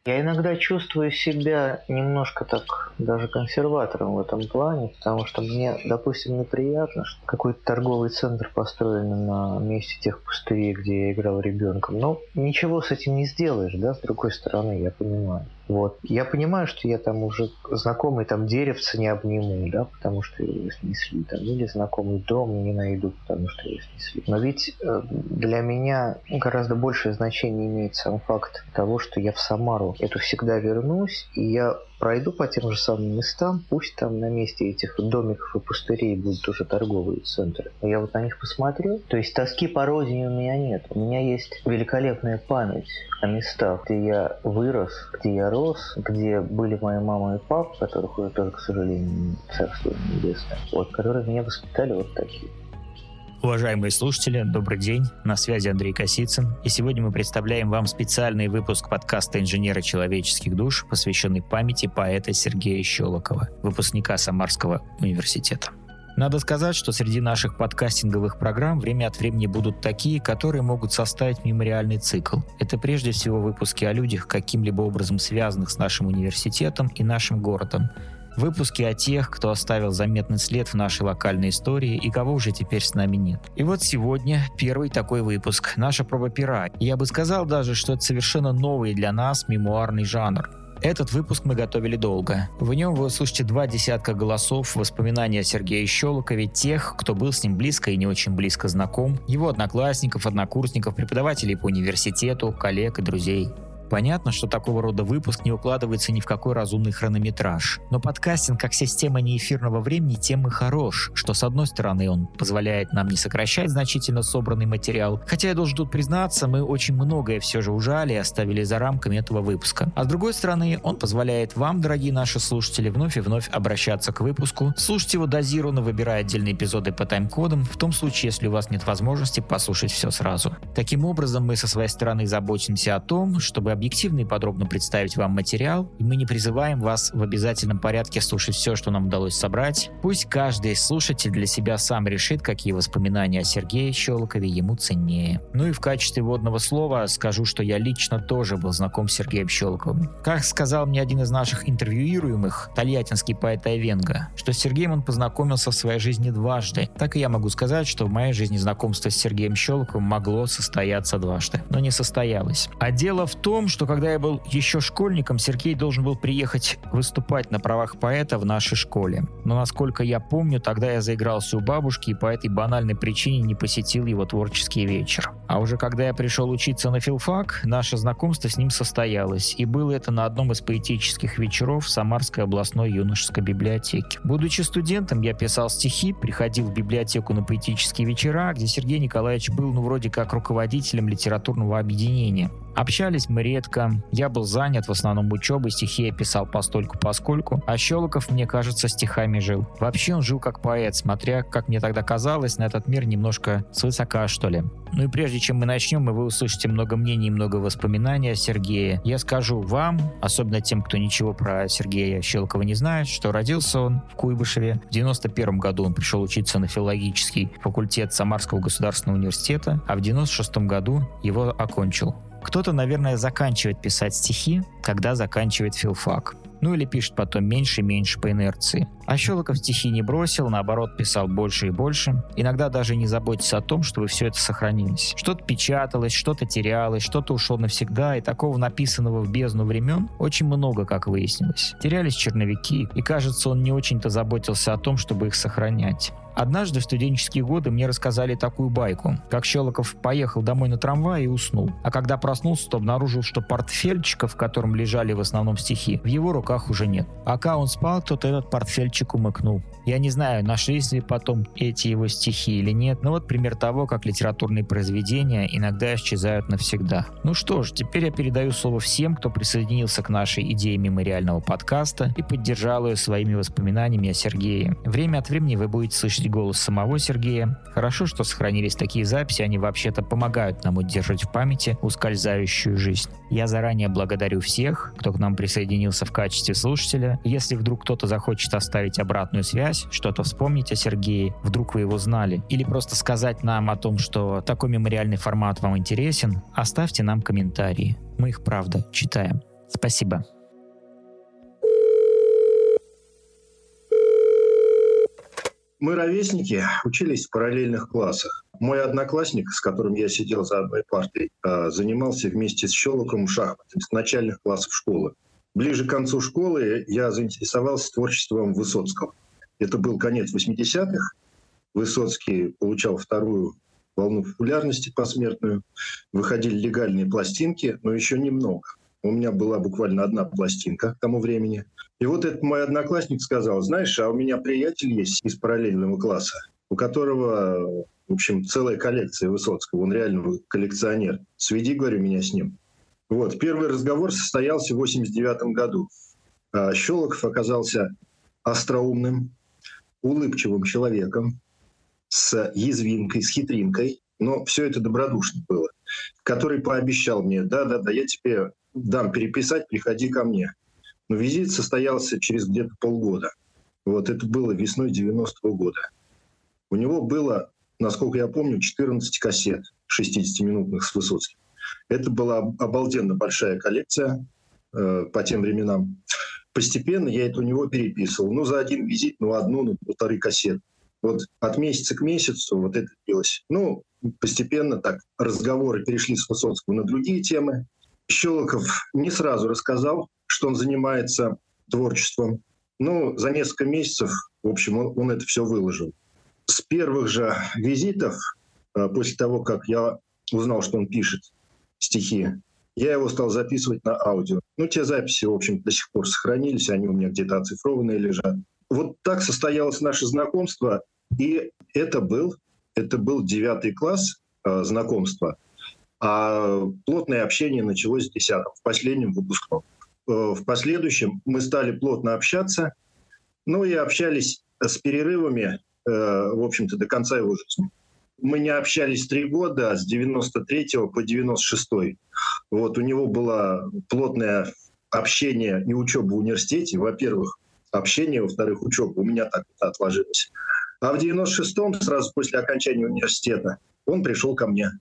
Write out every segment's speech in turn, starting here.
Я иногда чувствую себя немножко так даже консерватором в этом плане, потому что мне, допустим, неприятно, что какой-то торговый центр построен на месте тех пустырей, где я играл ребенком. Но ничего с этим не сделаешь, да, с другой стороны, я понимаю. Вот. Я понимаю, что я там уже знакомый там деревца не обниму, да, потому что его снесли, там, или знакомый дом не найду, потому что его снесли. Но ведь для меня гораздо большее значение имеет сам факт того, что я в Самару эту всегда вернусь, и я пройду по тем же самым местам, пусть там на месте этих домиков и пустырей будут уже торговые центры. Но я вот на них посмотрю, то есть тоски по родине у меня нет. У меня есть великолепная память о местах, где я вырос, где я рос, где были мои мама и папа, которых уже тоже, к сожалению, царство небесное, вот, которые меня воспитали вот такие. Уважаемые слушатели, добрый день, на связи Андрей Косицын, и сегодня мы представляем вам специальный выпуск подкаста «Инженеры человеческих душ», посвященный памяти поэта Сергея Щелокова, выпускника Самарского университета. Надо сказать, что среди наших подкастинговых программ время от времени будут такие, которые могут составить мемориальный цикл. Это прежде всего выпуски о людях, каким-либо образом связанных с нашим университетом и нашим городом. Выпуски о тех, кто оставил заметный след в нашей локальной истории и кого уже теперь с нами нет. И вот сегодня первый такой выпуск, наша проба пера. Я бы сказал даже, что это совершенно новый для нас мемуарный жанр. Этот выпуск мы готовили долго. В нем вы услышите 20 голосов, воспоминания о Сергее Щелокове, тех, кто был с ним близко и не очень близко знаком, его одноклассников, однокурсников, преподавателей по университету, коллег и друзей. Понятно, что такого рода выпуск не укладывается ни в какой разумный хронометраж. Но подкастинг как система неэфирного времени тем и хорош, что с одной стороны он позволяет нам не сокращать значительно собранный материал, хотя я должен тут признаться, мы очень многое все же ужали и оставили за рамками этого выпуска. А с другой стороны, он позволяет вам, дорогие наши слушатели, вновь и вновь обращаться к выпуску, слушать его дозированно, выбирая отдельные эпизоды по тайм-кодам, в том случае, если у вас нет возможности послушать все сразу. Таким образом, мы со своей стороны заботимся о том, чтобы объективно и подробно представить вам материал, и мы не призываем вас в обязательном порядке слушать все, что нам удалось собрать. Пусть каждый слушатель для себя сам решит, какие воспоминания о Сергее Щелокове ему ценнее. Ну и в качестве вводного слова скажу, что я лично тоже был знаком с Сергеем Щелоковым. Как сказал мне один из наших интервьюируемых, тольяттинский поэт Айвенго, что с Сергеем он познакомился в своей жизни дважды. Так и я могу сказать, что в моей жизни знакомство с Сергеем Щелоковым могло состояться дважды, но не состоялось. А дело в том, что когда я был еще школьником, Сергей должен был приехать выступать на правах поэта в нашей школе. Но, насколько я помню, тогда я заигрался у бабушки и по этой банальной причине не посетил его творческий вечер. А уже когда я пришел учиться на филфак, наше знакомство с ним состоялось. И было это на одном из поэтических вечеров в Самарской областной юношеской библиотеке. Будучи студентом, я писал стихи, приходил в библиотеку на поэтические вечера, где Сергей Николаевич был, вроде как руководителем литературного объединения. Общались мы редко, я был занят в основном учебой, стихи я писал постольку-поскольку, а Щелоков, мне кажется, стихами жил. Вообще он жил как поэт, смотря, как мне тогда казалось, на этот мир немножко свысока, что ли. Ну и прежде чем мы начнем, и вы услышите много мнений и много воспоминаний о Сергее, я скажу вам, особенно тем, кто ничего про Сергея Щелокова не знает, что родился он в Куйбышеве. В 91 году он пришел учиться на филологический факультет Самарского государственного университета, а в 96 году его окончил. Кто-то, наверное, заканчивает писать стихи, когда заканчивает филфак. Ну или пишет потом меньше и меньше по инерции. А Щелоков стихи не бросил, наоборот, писал больше и больше. Иногда даже не заботясь о том, чтобы все это сохранилось. Что-то печаталось, что-то терялось, что-то ушло навсегда, и такого написанного в бездну времен очень много, как выяснилось. Терялись черновики, и, кажется, он не очень-то заботился о том, чтобы их сохранять. Однажды в студенческие годы мне рассказали такую байку, как Щелоков поехал домой на трамвае и уснул. А когда проснулся, то обнаружил, что портфельчика, в котором лежали в основном стихи, в его руках уже нет. А пока он спал, кто-то этот портфельчик умыкнул. Я не знаю, нашлись ли потом эти его стихи или нет, но вот пример того, как литературные произведения иногда исчезают навсегда. Ну что ж, теперь я передаю слово всем, кто присоединился к нашей идее мемориального подкаста и поддержал ее своими воспоминаниями о Сергее. Время от времени вы будете слышать голос самого Сергея. Хорошо, что сохранились такие записи, они вообще-то помогают нам удержать в памяти ускользающую жизнь. Я заранее благодарю всех, кто к нам присоединился в качестве слушателя. Если вдруг кто-то захочет оставить обратную связь, что-то вспомнить о Сергее, вдруг вы его знали, или просто сказать нам о том, что такой мемориальный формат вам интересен, оставьте нам комментарии. Мы их, правда, читаем. Спасибо. Мы ровесники, учились в параллельных классах. Мой одноклассник, с которым я сидел за одной партой, занимался вместе с Щелоковым шахматами с начальных классов школы. Ближе к концу школы я заинтересовался творчеством Высоцкого. Это был конец 80-х. Высоцкий получал вторую волну популярности посмертную. Выходили легальные пластинки, но еще немного. У меня была буквально одна пластинка к тому времени. И вот этот мой одноклассник сказал: знаешь, а у меня приятель есть из параллельного класса, у которого, в общем, целая коллекция Высоцкого. Он реально коллекционер. Сведи, говорю, меня с ним. Вот. Первый разговор состоялся в 1989 году. Щелоков оказался остроумным, улыбчивым человеком, с язвинкой, с хитринкой, но все это добродушно было, который пообещал мне: да, я тебе дам переписать, приходи ко мне. Но визит состоялся через где-то полгода. Вот это было весной 90-го года. У него было, насколько я помню, 14 кассет 60-минутных с Высоцким. Это была обалденно большая коллекция по тем временам. Постепенно я это у него переписывал. За один визит, одну, полторы кассеты. Вот от месяца к месяцу вот это длилось. Постепенно так разговоры перешли с Высоцкого на другие темы. Щелоков не сразу рассказал, что он занимается творчеством. За несколько месяцев, в общем, он это все выложил. С первых же визитов, после того, как я узнал, что он пишет стихи, я его стал записывать на аудио. Те записи, в общем, до сих пор сохранились, они у меня где-то оцифрованные лежат. Вот так состоялось наше знакомство, и это был 9 класс знакомства, а плотное общение началось в 10-м, в последнем выпускном. В последующем мы стали плотно общаться, и общались с перерывами, в общем-то, до конца его жизни. Мы не общались 3 года, с 93 по 96. Вот у него было плотное общение и учеба в университете. Во-первых, общение, во-вторых, учеба. У меня так это отложилось. А в 96-м, сразу после окончания университета, он пришел ко мне.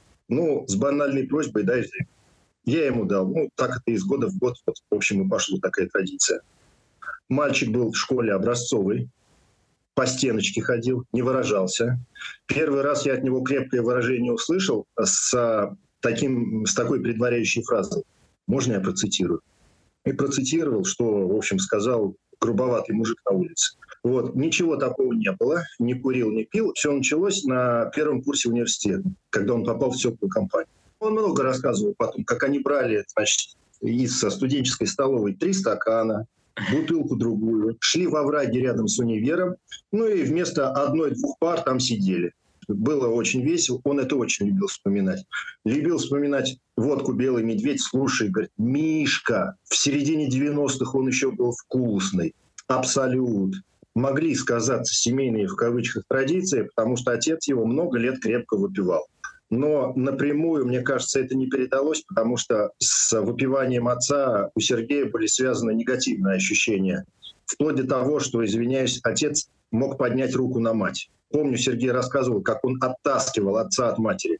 С банальной просьбой: дай взаймы. Я ему дал. Так это из года в год. Вот, в общем, и пошла такая традиция. Мальчик был в школе образцовый, по стеночке ходил, не выражался. Первый раз я от него крепкое выражение услышал с такой предваряющей фразой. Можно я процитирую? И процитировал, что, в общем, сказал грубоватый мужик на улице. Вот. Ничего такого не было. Не курил, не пил. Все началось на первом курсе университета, когда он попал в теплую компанию. Он много рассказывал потом, как они брали, из студенческой столовой 3 стакана, бутылку другую, шли во враги рядом с универом, и вместо 1-2 пар там сидели. Было очень весело, он это очень любил вспоминать. Любил вспоминать водку «Белый медведь», слушай, говорит: Мишка, в середине 90-х он еще был вкусный, абсолют. Могли сказаться семейные, в кавычках, традиции, потому что отец его много лет крепко выпивал. Но напрямую, мне кажется, это не передалось, потому что с выпиванием отца у Сергея были связаны негативные ощущения. Вплоть до того, что, извиняюсь, отец мог поднять руку на мать. Помню, Сергей рассказывал, как он оттаскивал отца от матери.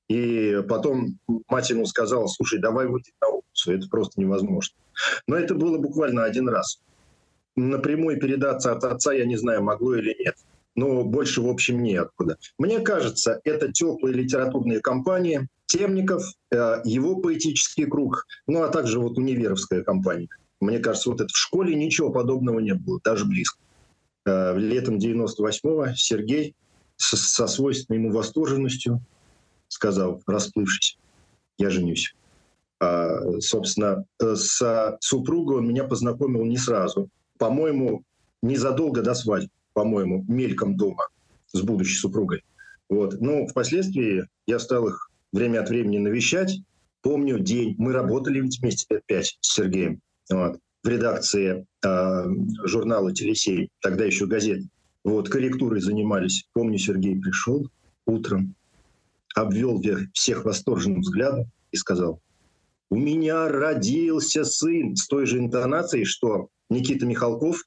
И потом мать ему сказала: слушай, давай выйти на улицу, это просто невозможно. Но это было буквально один раз. Напрямую передаться от отца, я не знаю, могло или нет. Но больше, в общем, неоткуда. Мне кажется, это теплые литературные компании, Темников, его поэтический круг, а также вот универовская компания. Мне кажется, вот это в школе ничего подобного не было, даже близко. Летом 98-го Сергей со свойственной ему восторженностью сказал, расплывшись: я женюсь. Собственно, с супругой он меня познакомил не сразу. По-моему, незадолго до свадьбы. По-моему, мельком дома с будущей супругой. Вот. Впоследствии я стал их время от времени навещать. Помню день. Мы работали ведь вместе лет 5 с Сергеем. Вот. В редакции журнала «Телесей», тогда еще газет. Вот. Корректурой занимались. Помню, Сергей пришел утром, обвел всех восторженным взглядом и сказал: у меня родился сын. С той же интонацией, что Никита Михалков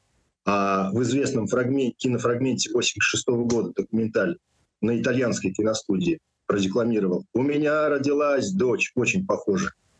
в известном кинофрагменте 1986 года, документальном, на итальянской киностудии продекламировал: у меня родилась дочь, очень похожа.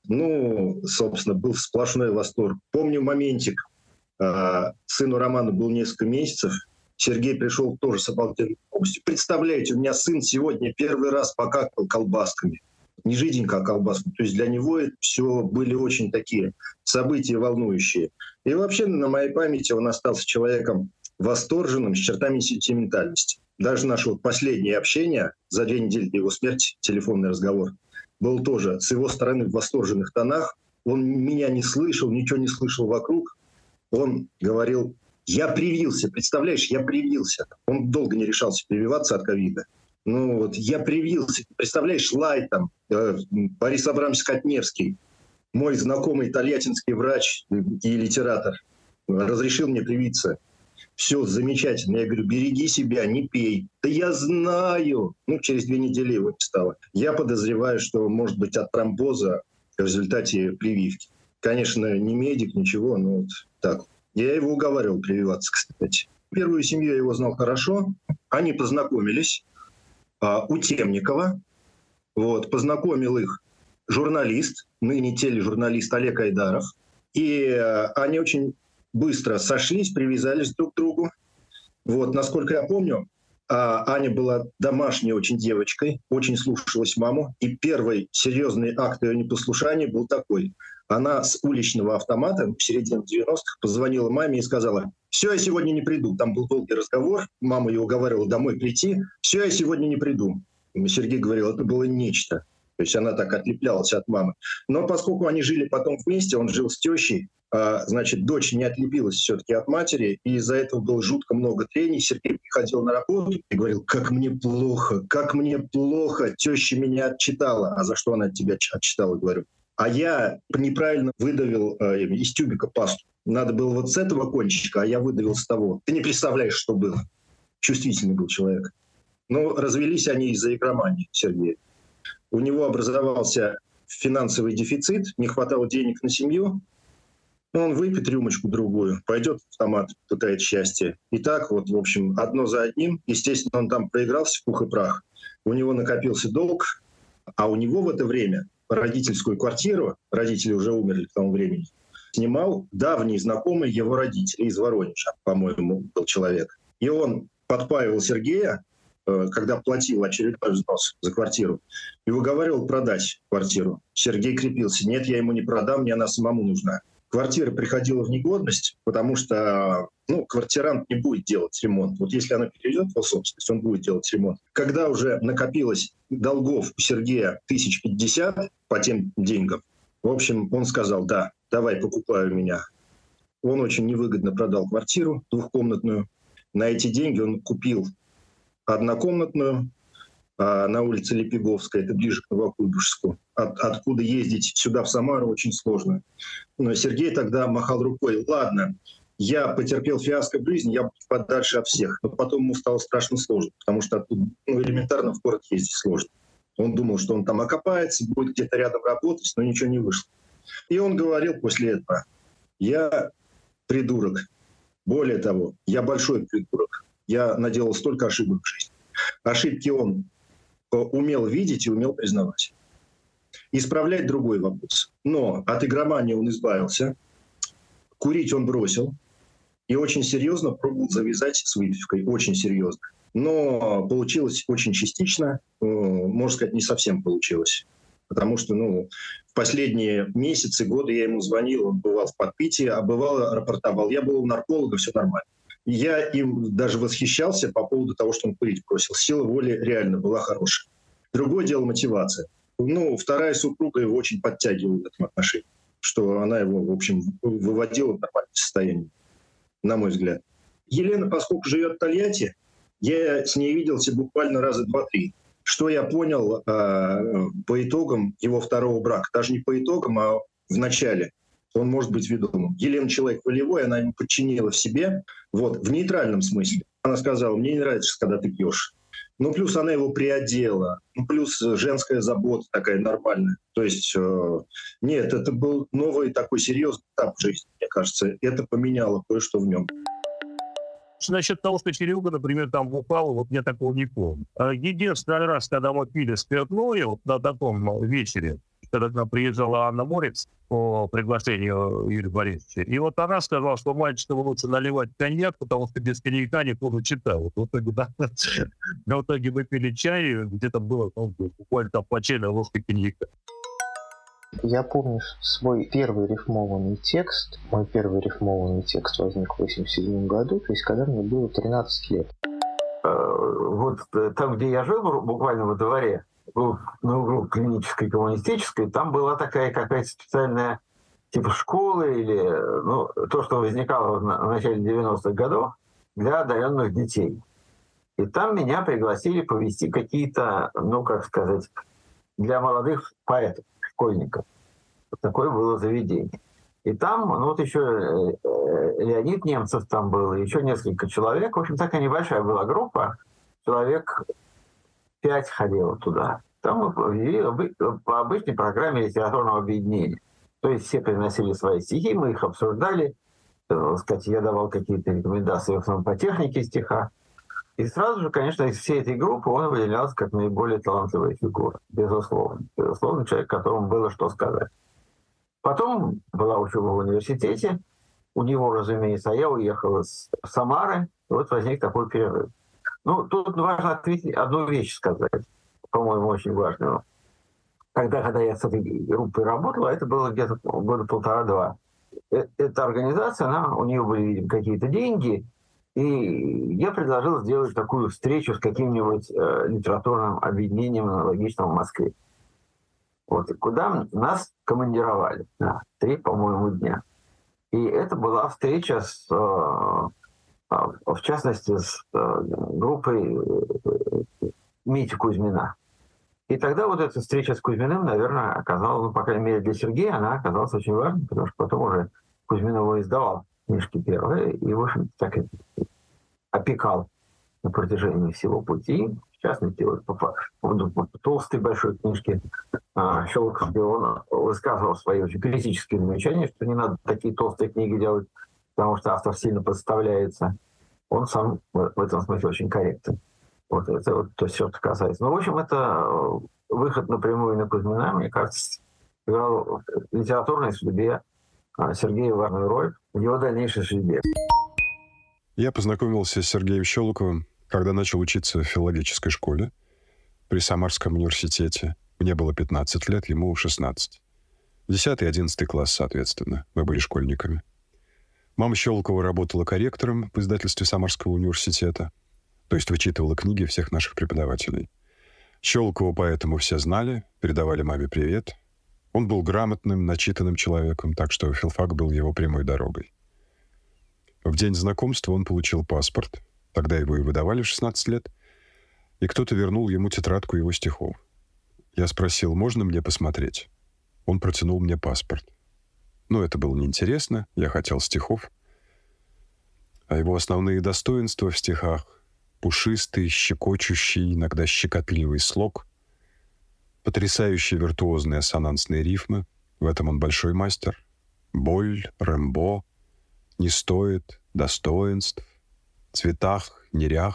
Собственно, был сплошной восторг. Помню моментик. Сыну Роману было несколько месяцев. Сергей пришел тоже с обалденной новостью. Представляете, у меня сын сегодня первый раз покакал колбасками. Не жиденько, а колбасками. То есть для него это все были очень такие события волнующие. И вообще на моей памяти он остался человеком восторженным, с чертами сентиментальности. Даже наше последнее общение, за 2 недели до его смерти, телефонный разговор, был тоже с его стороны в восторженных тонах. Он меня не слышал, ничего не слышал вокруг. Он говорил: я привился, представляешь, я привился. Он долго не решался прививаться от ковида. Я привился, представляешь, Лай там, Борис Абрамович Котневский, мой знакомый тольяттинский врач и литератор, разрешил мне привиться. Все замечательно. Я говорю: береги себя, не пей. Да я знаю. Через 2 недели его не стало. Я подозреваю, что может быть от тромбоза в результате прививки. Конечно, не медик, ничего, но так. Я его уговаривал прививаться, кстати. Первую семью я его знал хорошо. Они познакомились у Темникова. Познакомил их журналист, ныне тележурналист Олег Айдаров. И они очень быстро сошлись, привязались друг к другу. Насколько я помню, Аня была домашней очень девочкой, очень слушалась маму. И первый серьезный акт ее непослушания был такой. Она с уличного автомата в середине 90-х позвонила маме и сказала: все, я сегодня не приду. Там был долгий разговор, мама ее уговаривала домой прийти. Все, я сегодня не приду. И Сергей говорил, это было нечто. То есть она так отлеплялась от мамы. Но поскольку они жили потом вместе, он жил с тещей, дочь не отлепилась все-таки от матери, и из-за этого было жутко много трений. Сергей приходил на работу и говорил: как мне плохо, теща меня отчитала. А за что она от тебя отчитала, говорю? А я неправильно выдавил из тюбика пасту. Надо было с этого кончика, а я выдавил с того. Ты не представляешь, что было. Чувствительный был человек. Но развелись они из-за игромании, Сергей. У него образовался финансовый дефицит, не хватало денег на семью. Он выпьет рюмочку-другую, пойдет в автомат, пытает счастье. И так в общем, одно за одним. Естественно, он там проигрался в пух и прах. У него накопился долг, а у него в это время родительскую квартиру, родители уже умерли к тому времени, снимал давний знакомый его родителей из Воронежа, по-моему, был человек. И он подпаивал Сергея, когда платил очередной взнос за квартиру, и уговаривал продать квартиру. Сергей крепился: нет, я ему не продам, мне она самому нужна. Квартира приходила в негодность, потому что квартирант не будет делать ремонт. Если она перейдет в собственность, он будет делать ремонт. Когда уже накопилось долгов у Сергея 1050 по тем деньгам, в общем, он сказал: да, давай, покупай у меня. Он очень невыгодно продал квартиру двухкомнатную. На эти деньги он купил однокомнатную на улице Лепеговская, это ближе к Новокуйбышевску. Откуда ездить сюда, в Самару, очень сложно. Но Сергей тогда махал рукой: ладно, я потерпел фиаско в жизни, я буду подальше от всех. Но потом ему стало страшно сложно, потому что оттуда элементарно в город ездить сложно. Он думал, что он там окопается, будет где-то рядом работать, но ничего не вышло. И он говорил после этого: я придурок. Более того, я большой придурок. Я наделал столько ошибок в жизни. Ошибки он умел видеть и умел признавать. Исправлять другой вопрос. Но от игромании он избавился, курить он бросил и очень серьезно пробовал завязать с выпивкой. Очень серьезно. Но получилось очень частично, можно сказать, не совсем получилось. Потому что в последние месяцы, годы я ему звонил, он бывал в подпитии, а бывал, рапортовал. Я был у нарколога, все нормально. Я им даже восхищался по поводу того, что он курить бросил. Сила воли реально была хорошая. Другое дело — мотивация. Вторая супруга его очень подтягивала в этом отношении, что она его, в общем, выводила в нормальное состояние, на мой взгляд. Елена, поскольку живет в Тольятти, я с ней виделся буквально раза 2-3. Что я понял по итогам его второго брака, даже не по итогам, а в начале. Он может быть ведомым. Елена человек волевой, она ему подчинила в себе, в нейтральном смысле. Она сказала: мне не нравится, когда ты пьешь. Плюс она его приодела. Плюс женская забота такая нормальная. То есть, нет, это был новый такой серьезный этап в жизни, мне кажется. Это поменяло кое-что в нем. Насчет того, что Серега, например, там бухал, я такого не помню. Единственный раз, когда мы пили спиртное на таком вечере, когда к нам приезжала Анна Морец по приглашению Юрия Борисовича. И вот она сказала, что мальчикам лучше наливать коньяк, потому что без коньяка никто не читал. Вот в итоге, да, в итоге мы пили чай, где-то было буквально там по чайной ложке коньяка. Я помню свой первый рифмованный текст. Мой первый рифмованный текст возник в 1987 году, то есть когда мне было 13 лет. Вот там, где я жил, буквально во дворе, на углу Клинической и Коммунистической, там была такая какая-то специальная типа школы или то, что возникало в начале 90-х годов для одаренных детей. И там меня пригласили повести какие-то, для молодых поэтов, школьников. Вот такое было заведение. И там, еще Леонид Немцев там был, и еще несколько человек. В общем, такая небольшая была группа. Человек 5 ходило туда. Там мы вели по обычной программе литературного объединения. То есть все приносили свои стихи, мы их обсуждали. Я давал какие-то рекомендации в основном по технике стиха. И сразу же, конечно, из всей этой группы он выделялся как наиболее талантливая фигура. Безусловно. Безусловно, человек, которому было что сказать. Потом была учеба в университете. У него, разумеется, а я уехал из Самары. И вот возник такой перерыв. Тут важно ответить, одну вещь сказать, по-моему, очень важную. Когда я с этой группой работал, это было где-то года 1,5-2. Эта организация, у нее были, видимо, какие-то деньги, и я предложил сделать такую встречу с каким-нибудь литературным объединением аналогичным в Москве. Вот, и куда нас командировали на 3, по-моему, дня. И это была встреча в частности, с группой Мити Кузьмина. И тогда вот эта встреча с Кузьминым, наверное, оказалась, по крайней мере для Сергея, она оказалась очень важной, потому что потом уже Кузьмин его издавал, книжки первые, и, в общем, так и опекал на протяжении всего пути. В частности, вот по толстой большой книжке Щелоковской он высказывал свои очень критические замечания, что не надо такие толстые книги делать, потому что автор сильно подставляется. Он сам в этом смысле очень корректен. Вот это вот то, все, что касается. В общем, это выход напрямую на Кузьмина, мне кажется, играл в литературной судьбе Сергея важную роль в его дальнейшей судьбе. Я познакомился с Сергеем Щелоковым, когда начал учиться в филологической школе при Самарском университете. Мне было 15 лет, ему 16. 10 и 11 класс, соответственно. Мы были школьниками. Мама Щелокова работала корректором в издательстве Самарского университета, то есть вычитывала книги всех наших преподавателей. Щелокова поэтому все знали, передавали маме привет. Он был грамотным, начитанным человеком, так что филфак был его прямой дорогой. В день знакомства он получил паспорт, тогда его и выдавали в 16 лет, и кто-то вернул ему тетрадку его стихов. Я спросил, можно мне посмотреть? Он протянул мне паспорт. Это было неинтересно, я хотел стихов. А его основные достоинства в стихах — пушистый, щекочущий, иногда щекотливый слог, потрясающие виртуозные ассонансные рифмы, в этом он большой мастер, боль, Рэмбо, не стоит, достоинств, цветах, нерях,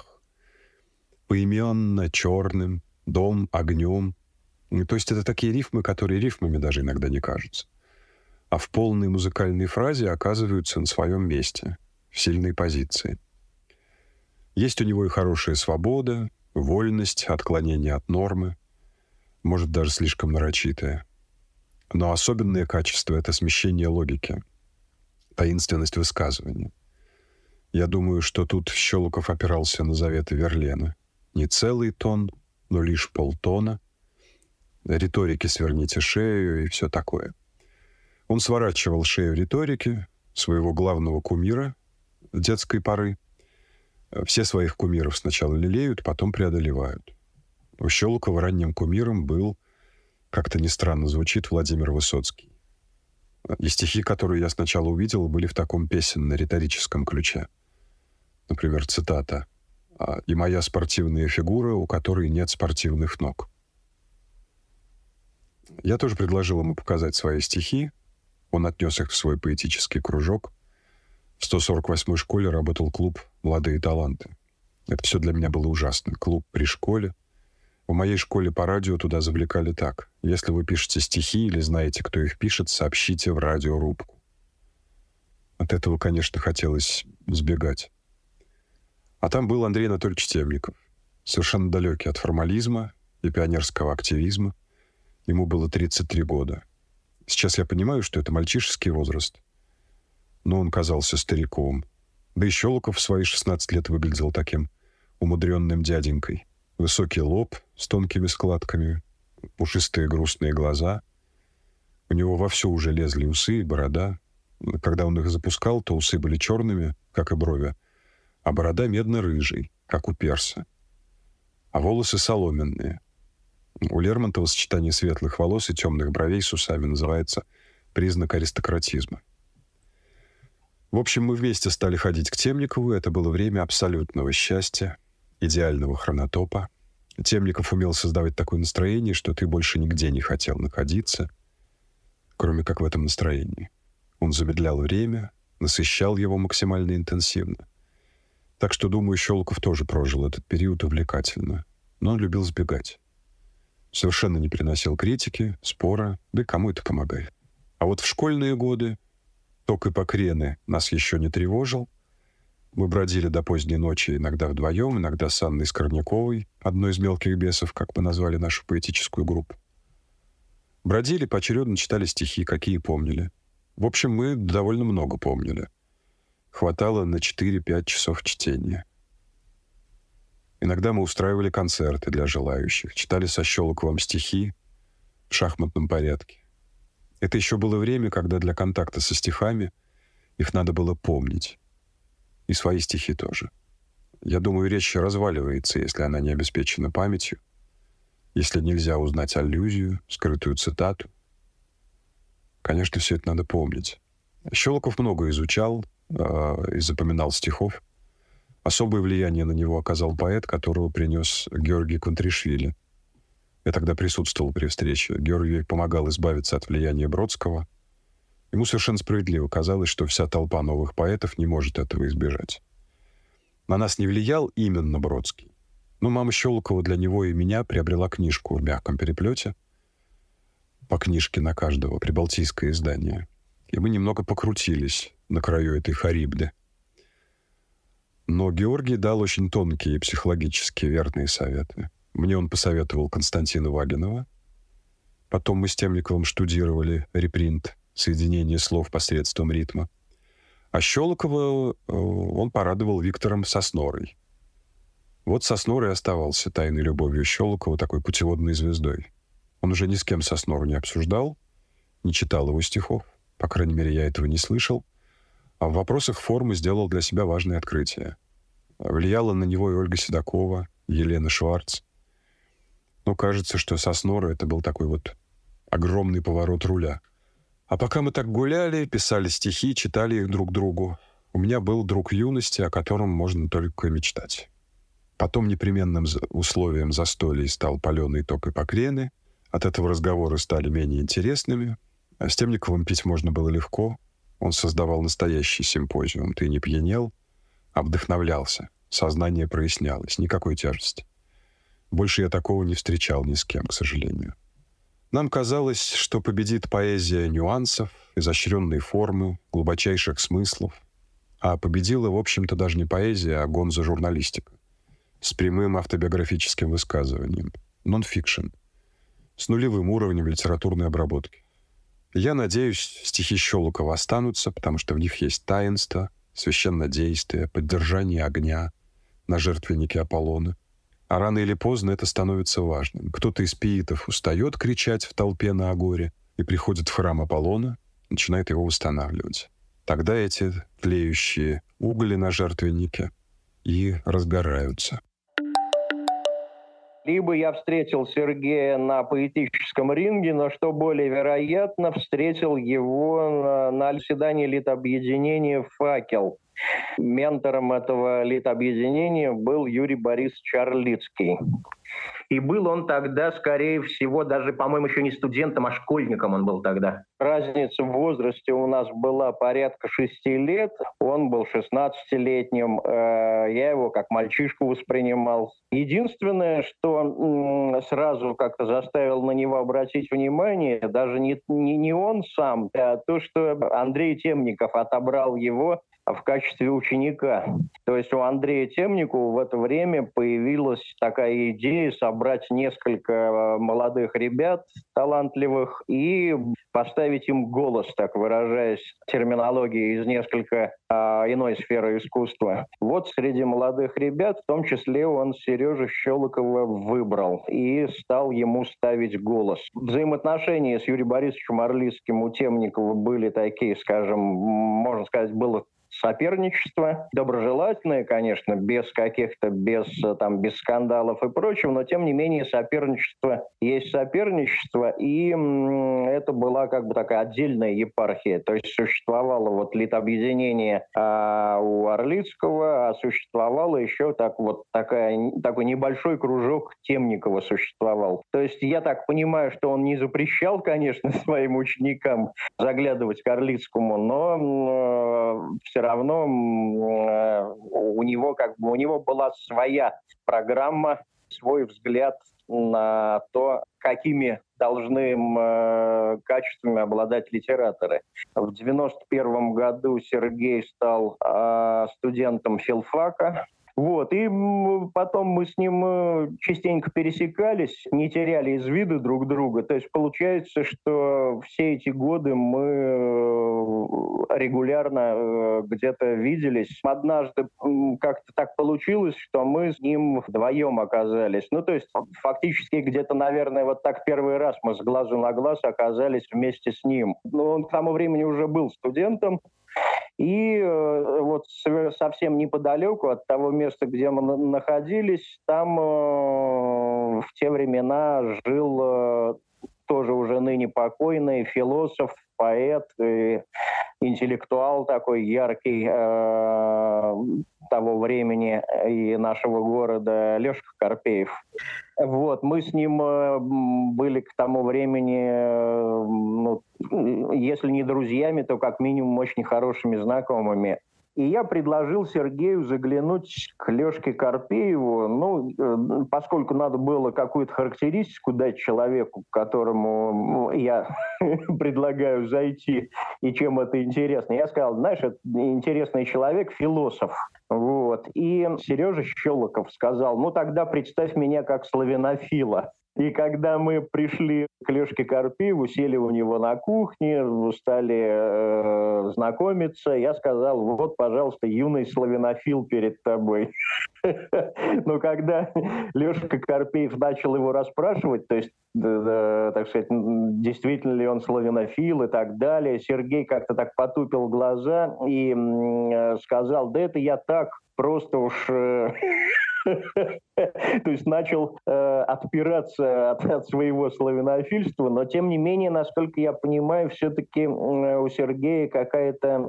поименно, черным, дом, огнем. То есть это такие рифмы, которые рифмами даже иногда не кажутся, а в полной музыкальной фразе оказываются на своем месте, в сильной позиции. Есть у него и хорошая свобода, вольность, отклонение от нормы, может, даже слишком нарочитое. Но особенное качество — это смещение логики, таинственность высказывания. Я думаю, что тут Щелоков опирался на заветы Верлена. Не целый тон, но лишь полтона. Риторике сверните шею и все такое. Он сворачивал шею риторики, своего главного кумира детской поры. Все своих кумиров сначала лелеют, потом преодолевают. У Щелокова ранним кумиром был, как-то не странно звучит, Владимир Высоцкий. И стихи, которые я сначала увидел, были в таком песенно-риторическом ключе. Например, цитата: «И моя спортивная фигура, у которой нет спортивных ног». Я тоже предложил ему показать свои стихи. Он отнес их в свой поэтический кружок. В 148-й школе работал клуб «Молодые таланты». Это все для меня было ужасно. Клуб при школе. В моей школе по радио туда завлекали так. Если вы пишете стихи или знаете, кто их пишет, сообщите в радиорубку. От этого, конечно, хотелось сбегать. А там был Андрей Анатольевич Темников, совершенно далекий от формализма и пионерского активизма. Ему было 33 года. Сейчас я понимаю, что это мальчишеский возраст. Но он казался стариком. Да и Щелоков в свои 16 лет выглядел таким умудренным дяденькой. Высокий лоб с тонкими складками, пушистые грустные глаза. У него вовсю уже лезли усы и борода. Когда он их запускал, то усы были черными, как и брови, а борода медно-рыжей, как у перса. А волосы соломенные. У Лермонтова сочетание светлых волос и темных бровей с усами называется признак аристократизма. В общем, мы вместе стали ходить к Темникову. Это было время абсолютного счастья, идеального хронотопа. Темников умел создавать такое настроение, что ты больше нигде не хотел находиться, кроме как в этом настроении. Он замедлял время, насыщал его максимально интенсивно. Так что, думаю, Щелоков тоже прожил этот период увлекательно. Но он любил сбегать. Совершенно не приносил критики, спора, да и кому это помогает. А вот в школьные годы ток Иппокрены нас еще не тревожил. Мы бродили до поздней ночи, иногда вдвоем, иногда с Анной Скорняковой, одной из мелких бесов, как мы назвали нашу поэтическую группу. Бродили, поочередно читали стихи, какие помнили. В общем, мы довольно много помнили. Хватало на 4-5 часов чтения. Иногда мы устраивали концерты для желающих, читали со Щелоковым стихи в шахматном порядке. Это еще было время, когда для контакта со стихами их надо было помнить. И свои стихи тоже. Я думаю, речь разваливается, если она не обеспечена памятью, если нельзя узнать аллюзию, скрытую цитату. Конечно, все это надо помнить. Щелоков много изучал и запоминал стихов. Особое влияние на него оказал поэт, которого принес Георгий Контришвили. Я тогда присутствовал при встрече. Георгий помогал избавиться от влияния Бродского. Ему совершенно справедливо казалось, что вся толпа новых поэтов не может этого избежать. На нас не влиял именно Бродский. Но мама Щелокова для него и меня приобрела книжку в мягком переплете. По книжке на каждого, прибалтийское издание. И мы немного покрутились на краю этой харибды. Но Георгий дал очень тонкие и психологически верные советы. Мне он посоветовал Константина Вагинова. Потом мы с Темниковым штудировали репринт, соединение слов посредством ритма. А Щелокова он порадовал Виктором Соснорой. Вот Соснора и оставался тайной любовью Щелокова, такой путеводной звездой. Он уже ни с кем Соснору не обсуждал, не читал его стихов, по крайней мере, я этого не слышал, а в вопросах формы сделал для себя важное открытие. Влияла на него и Ольга Седокова, и Елена Шварц. Но кажется, что Соснора — это был такой вот огромный поворот руля. А пока мы так гуляли, писали стихи, читали их друг другу, у меня был друг юности, о котором можно только мечтать. Потом непременным условием застолья стал паленый ток Иппокрены. От этого разговоры стали менее интересными. А с Темниковым пить можно было легко. Он создавал настоящий симпозиум. Ты не пьянел, а вдохновлялся. Сознание прояснялось. Никакой тяжести. Больше я такого не встречал ни с кем, к сожалению. Нам казалось, что победит поэзия нюансов, изощренной формы, глубочайших смыслов. А победила, в общем-то, даже не поэзия, а гонзо-журналистика. С прямым автобиографическим высказыванием. Нон-фикшн. С нулевым уровнем литературной обработки. Я надеюсь, стихи Щелокова останутся, потому что в них есть таинство, священнодействие, поддержание огня на жертвеннике Аполлона. А рано или поздно это становится важным. Кто-то из пиитов устает кричать в толпе на агоре и приходит в храм Аполлона, начинает его восстанавливать. Тогда эти тлеющие угли на жертвеннике и разгораются. Либо я встретил Сергея на поэтическом ринге, но, что более вероятно, встретил его на заседании Литобъединения «Факел». Ментором этого литобъединения был Юрий Борисович Орлицкий. И был он тогда, скорее всего, даже, по-моему, еще не студентом, а школьником он был тогда. Разница в возрасте у нас была порядка 6 лет. Он был 16-летним. Я его как мальчишку воспринимал. Единственное, что сразу как-то заставил на него обратить внимание, даже не он сам, а то, что Андрей Темников отобрал его в качестве ученика. То есть у Андрея Темникова в это время появилась такая идея собрать несколько молодых ребят талантливых и поставить им голос, так выражаясь терминологией из несколько иной сферы искусства. Вот среди молодых ребят, в том числе он Сережу Щелокова выбрал и стал ему ставить голос. Взаимоотношения с Юрием Борисовичем Орлицким у Темникова были такие, скажем, можно сказать, было соперничество, доброжелательное, конечно, без скандалов и прочего, но тем не менее соперничество есть соперничество, и это была как бы такая отдельная епархия, то есть существовало вот литобъединение у Орлицкого, а существовало еще такой небольшой кружок Темникова существовал. То есть я так понимаю, что он не запрещал, конечно, своим ученикам заглядывать к Орлицкому, но все равно у него была своя программа, свой взгляд на то, какими должны качествами обладать литераторы. В 1991 году Сергей стал студентом филфака. Вот, и потом мы с ним частенько пересекались, не теряли из виду друг друга. То есть получается, что все эти годы мы регулярно где-то виделись. Однажды как-то так получилось, что мы с ним вдвоем оказались. Ну, то есть фактически где-то, наверное, вот так первый раз мы с глазу на глаз оказались вместе с ним. Но он к тому времени уже был студентом. И вот совсем неподалеку от того места, где мы находились, там в те времена жил тоже уже ныне покойный философ, поэт, интеллектуал такой яркий того времени и нашего города Лёшка Карпеев. Вот, мы с ним были к тому времени, если не друзьями, то как минимум очень хорошими знакомыми. И я предложил Сергею заглянуть к Лёшке Карпееву, поскольку надо было какую-то характеристику дать человеку, к которому я предлагаю зайти, и чем это интересно. Я сказал, знаешь, это интересный человек, философ. Вот. И Сережа Щелоков сказал, тогда представь меня как славянофила. И когда мы пришли к Лёшке Карпееву, сели у него на кухне, стали знакомиться, я сказал, вот, пожалуйста, юный славянофил перед тобой. Но когда Лёшка Карпеев начал его расспрашивать, то есть, так сказать, действительно ли он славянофил и так далее, Сергей как-то так потупил глаза и сказал, да это я так, просто уж... То есть начал отпираться от своего славянофильства, но тем не менее, насколько я понимаю, все-таки у Сергея какая-то,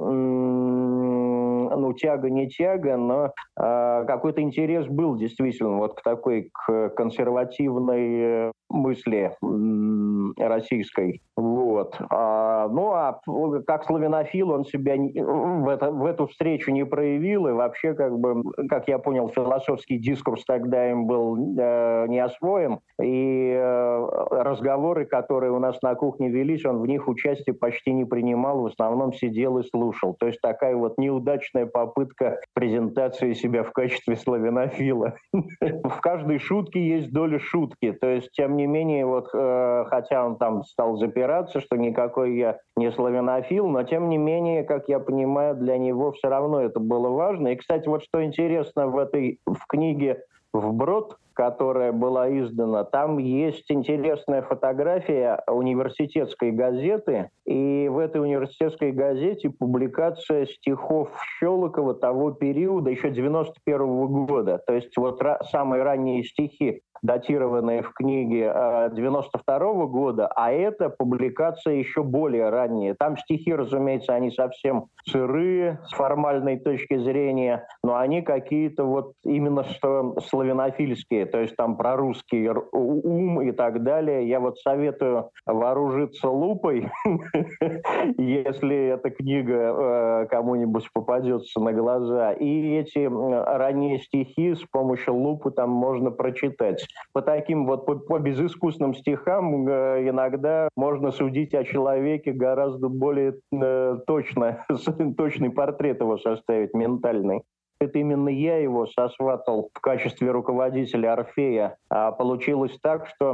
тяга не тяга, но какой-то интерес был действительно вот к такой к консервативной мысли российской. Вот. Как славянофил он себя в эту встречу не проявил, и вообще, как я понял, философский дискурс тогда им был не освоен, и разговоры, которые у нас на кухне велись, он в них участие почти не принимал, в основном сидел и слушал. То есть такая вот неудачная попытка презентации себя в качестве славянофила. В каждой шутке есть доля шутки, то есть, тем не менее, хотя он там стал запираться, что никакой я не славянофил, но тем не менее, как я понимаю, для него все равно это было важно. И, кстати, вот что интересно в книге «Вброд», которая была издана, там есть интересная фотография университетской газеты, и в этой университетской газете публикация стихов Щелокова того периода, еще 91 года, то есть вот самые ранние стихи датированные в книге 92 года, а это публикация еще более ранняя. Там стихи, разумеется, они совсем сырые с формальной точки зрения, но они какие-то вот именно что славянофильские, то есть там про русский ум и так далее. Я вот советую вооружиться лупой, если эта книга кому-нибудь попадется на глаза. И эти ранние стихи с помощью лупы там можно прочитать. По таким вот, по безыскусным стихам иногда можно судить о человеке гораздо более точный портрет его составить, ментальный. Это именно я его сосватал в качестве руководителя Орфея. А получилось так, что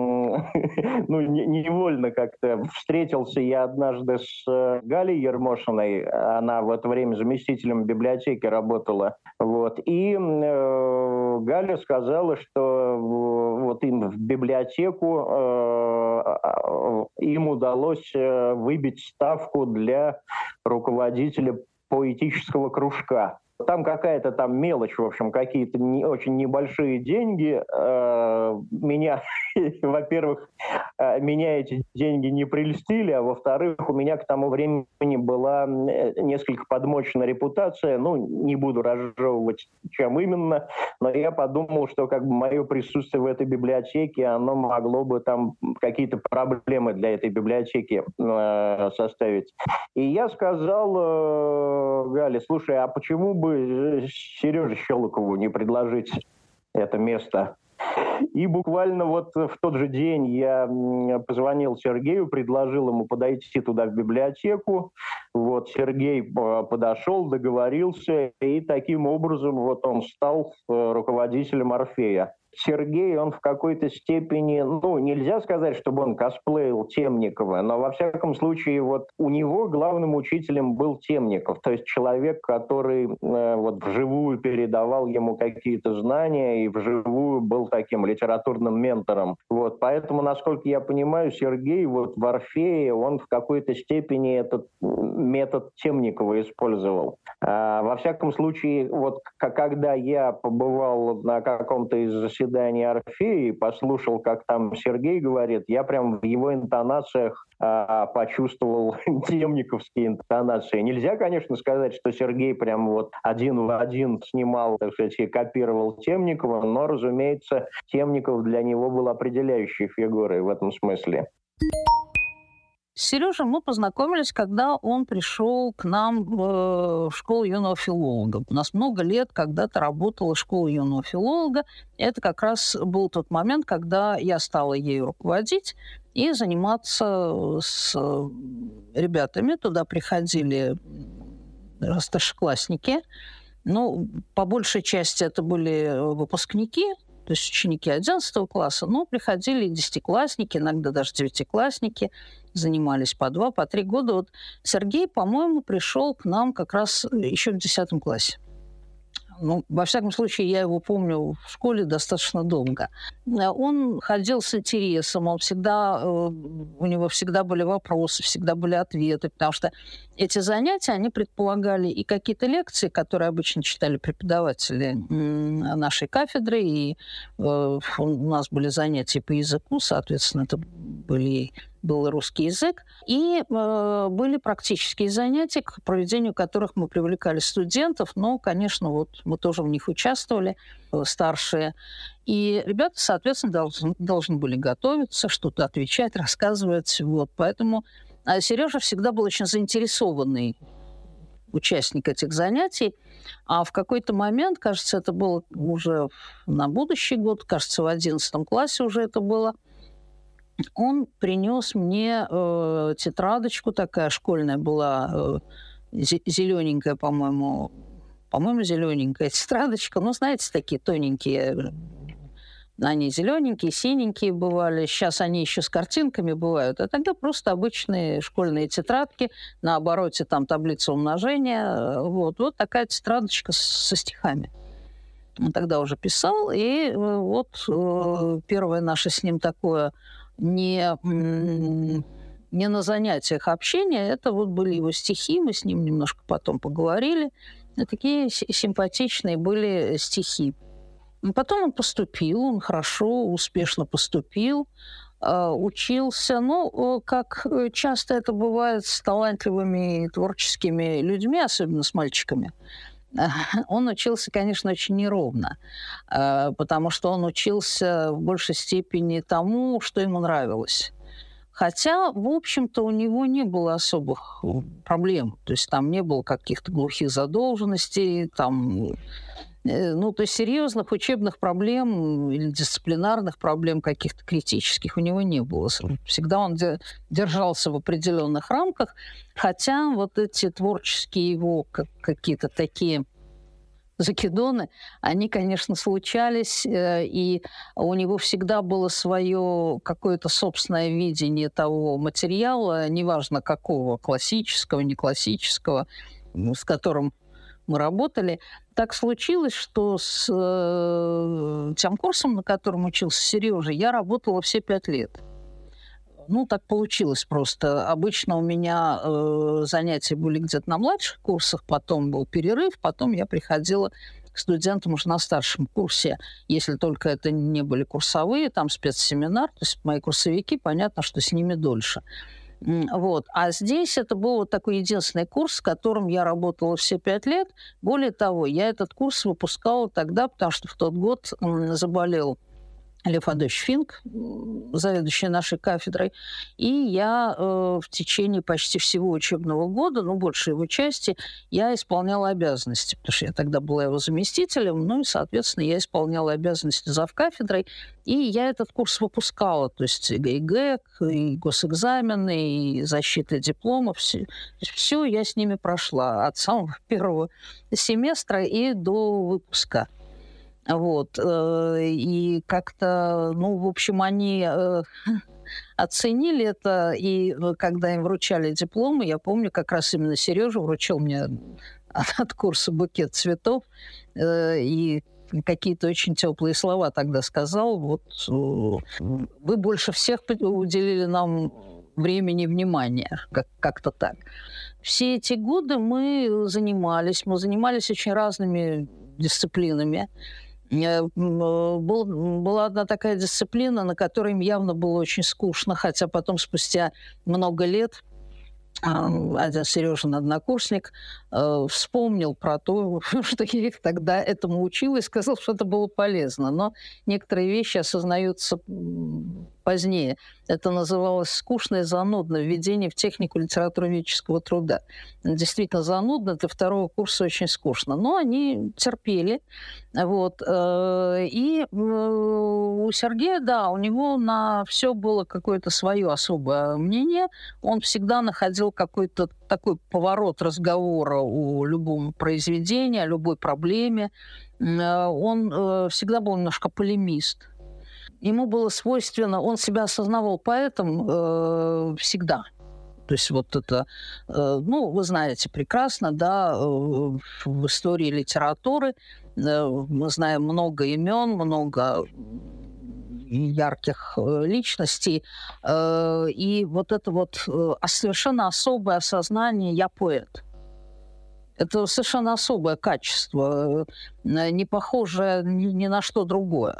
невольно как-то встретился я однажды с Галей Ермошиной. Она в это время заместителем библиотеки работала. Вот. И Галя сказала, что вот им в библиотеку им удалось выбить ставку для руководителя поэтического кружка. Там какая-то там мелочь, в общем, какие-то очень небольшие деньги. Меня, во-первых, меня эти деньги не прельстили, а во-вторых, у меня к тому времени была несколько подмочена репутация. Ну, не буду разжевывать, чем именно, но я подумал, что как бы мое присутствие в этой библиотеке, оно могло бы там какие-то проблемы для этой библиотеки составить. И я сказал Гале: слушай, а почему бы Сереже Щелокову не предложить это место? И буквально вот в тот же день я позвонил Сергею, предложил ему подойти туда в библиотеку. Вот Сергей подошел, договорился, и таким образом вот он стал руководителем Орфея. Сергей, он в какой-то степени, ну, нельзя сказать, чтобы он косплеил Темникова, но, во всяком случае, вот у него главным учителем был Темников, то есть человек, который вот вживую передавал ему какие-то знания и вживую был таким литературным ментором. Вот, поэтому, насколько я понимаю, Сергей вот в Орфее, он в какой-то степени этот метод Темникова использовал. Во всяком случае, вот когда я побывал на каком-то из заседаний Орфея и послушал, как там Сергей говорит, я прям в его интонациях почувствовал темниковские интонации. Нельзя, конечно, сказать, что Сергей прям вот один в один снимал, так сказать, и копировал Темникова, но, разумеется, Темников для него был определяющей фигурой в этом смысле. С Сережей мы познакомились, когда он пришел к нам в школу юного филолога. У нас много лет когда-то работала школа юного филолога. Это как раз был тот момент, когда я стала ею руководить и заниматься с ребятами. Туда приходили старшеклассники. Ну, по большей части это были выпускники, то есть ученики 11 класса, но приходили и десятиклассники, иногда даже девятиклассники, занимались по 2, по 3 года. Вот Сергей, по-моему, пришел к нам как раз еще в 10 классе. Ну, во всяком случае, я его помню в школе достаточно долго. Он ходил с интересом, у него всегда были вопросы, всегда были ответы, потому что эти занятия, они предполагали и какие-то лекции, которые обычно читали преподаватели нашей кафедры, и у нас были занятия по языку, соответственно, это был русский язык, и были практические занятия, к проведению которых мы привлекали студентов, но, конечно, вот мы тоже в них участвовали, старшие. И ребята, соответственно, должны были готовиться, что-то отвечать, рассказывать. Вот. Поэтому Сережа всегда был очень заинтересованный участник этих занятий. А в какой-то момент, кажется, это было уже на будущий год, кажется, в 11 классе уже это было, он принес мне тетрадочку, такая школьная была, зелененькая, по-моему, зелененькая тетрадочка. Ну, знаете, такие тоненькие. Они зелененькие, синенькие бывали. Сейчас они еще с картинками бывают. А тогда просто обычные школьные тетрадки. На обороте там таблица умножения. Вот такая тетрадочка со стихами. Он тогда уже писал. И вот первое наше с ним такое не на занятиях общения, это вот были его стихи, мы с ним немножко потом поговорили. И такие симпатичные были стихи. Потом он поступил, он хорошо, успешно поступил, учился. Ну, как часто это бывает с талантливыми и творческими людьми, особенно с мальчиками, он учился, конечно, очень неровно, потому что он учился в большей степени тому, что ему нравилось. Хотя, в общем-то, у него не было особых проблем. То есть там не было каких-то глухих задолженностей, там, то есть серьезных учебных проблем или дисциплинарных проблем каких-то критических у него не было. Всегда он держался в определенных рамках, хотя вот эти творческие его какие-то такие закидоны, они, конечно, случались, и у него всегда было свое какое-то собственное видение того материала, неважно какого, классического, не классического, с которым мы работали. Так случилось, что с тем курсом, на котором учился Сережа, я работала все 5 лет. Так получилось просто. Обычно у меня занятия были где-то на младших курсах, потом был перерыв, потом я приходила к студентам уже на старшем курсе, если только это не были курсовые, там спецсеминар, то есть мои курсовики, понятно, что с ними дольше. Вот. А здесь это был вот такой единственный курс, с которым я работала все 5 лет. Более того, я этот курс выпускала тогда, потому что в тот год заболел Лев Адольфович Финк, заведующий нашей кафедрой, и я в течение почти всего учебного года, большей его части, я исполняла обязанности, потому что я тогда была его заместителем, и, соответственно, я исполняла обязанности завкафедрой, и я этот курс выпускала, то есть и ГЭК, и госэкзамены, и защита дипломов, все я с ними прошла от самого первого семестра и до выпуска. Вот. И как-то, в общем, они оценили это, и когда им вручали дипломы, я помню, как раз именно Сережа вручил мне от курса букет цветов, и какие-то очень теплые слова тогда сказал. Вот вы больше всех уделили нам времени и внимания, как-то так. Все эти годы мы занимались очень разными дисциплинами. Была одна такая дисциплина, на которой им явно было очень скучно, хотя потом, спустя много лет, один Сережин однокурсник вспомнил про то, что я их тогда этому учила, и сказал, что это было полезно. Но некоторые вещи осознаются позднее. Это называлось «скучное, занудное введение в технику литературоведческого труда». Действительно занудно, для второго курса очень скучно. Но они терпели. Вот. И у Сергея, да, у него на все было какое-то свое особое мнение. Он всегда находил какой-то такой поворот разговора о любом произведении, о любой проблеме. Он всегда был немножко полемист. Ему было свойственно, он себя осознавал поэтом всегда. То есть вот это, вы знаете прекрасно, да, в истории литературы мы знаем много имен, много ярких личностей, и вот это вот совершенно особое осознание «я поэт». Это совершенно особое качество, не похожее ни на что другое.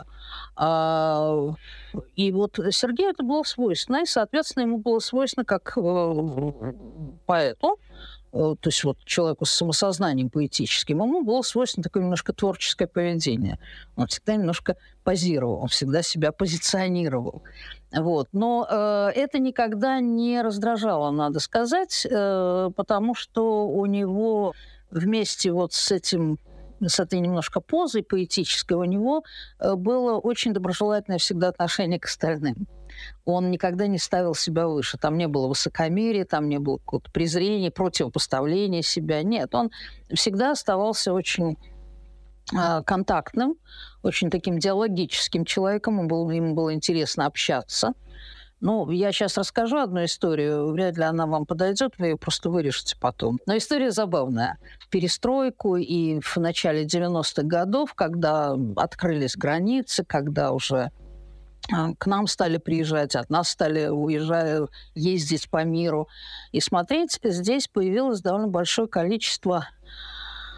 И вот Сергею это было свойственно, и, соответственно, ему было свойственно как поэту, то есть вот человеку с самосознанием поэтическим, ему было свойственно такое немножко творческое поведение. Он всегда немножко позировал, он всегда себя позиционировал. Вот. Но это никогда не раздражало, надо сказать, потому что у него вместе вот с этой немножко позой поэтической, у него было очень доброжелательное всегда отношение к остальным. Он никогда не ставил себя выше. Там не было высокомерия, там не было какого-то презрения, противопоставления себя. Нет, он всегда оставался очень контактным, очень таким диалогическим человеком. Ему было интересно общаться. Я сейчас расскажу одну историю. Вряд ли она вам подойдет, вы ее просто вырежете потом. Но история забавная. В перестройку и в начале 90-х годов, когда открылись границы, когда уже к нам стали приезжать, от нас стали ездить по миру и смотреть, здесь появилось довольно большое количество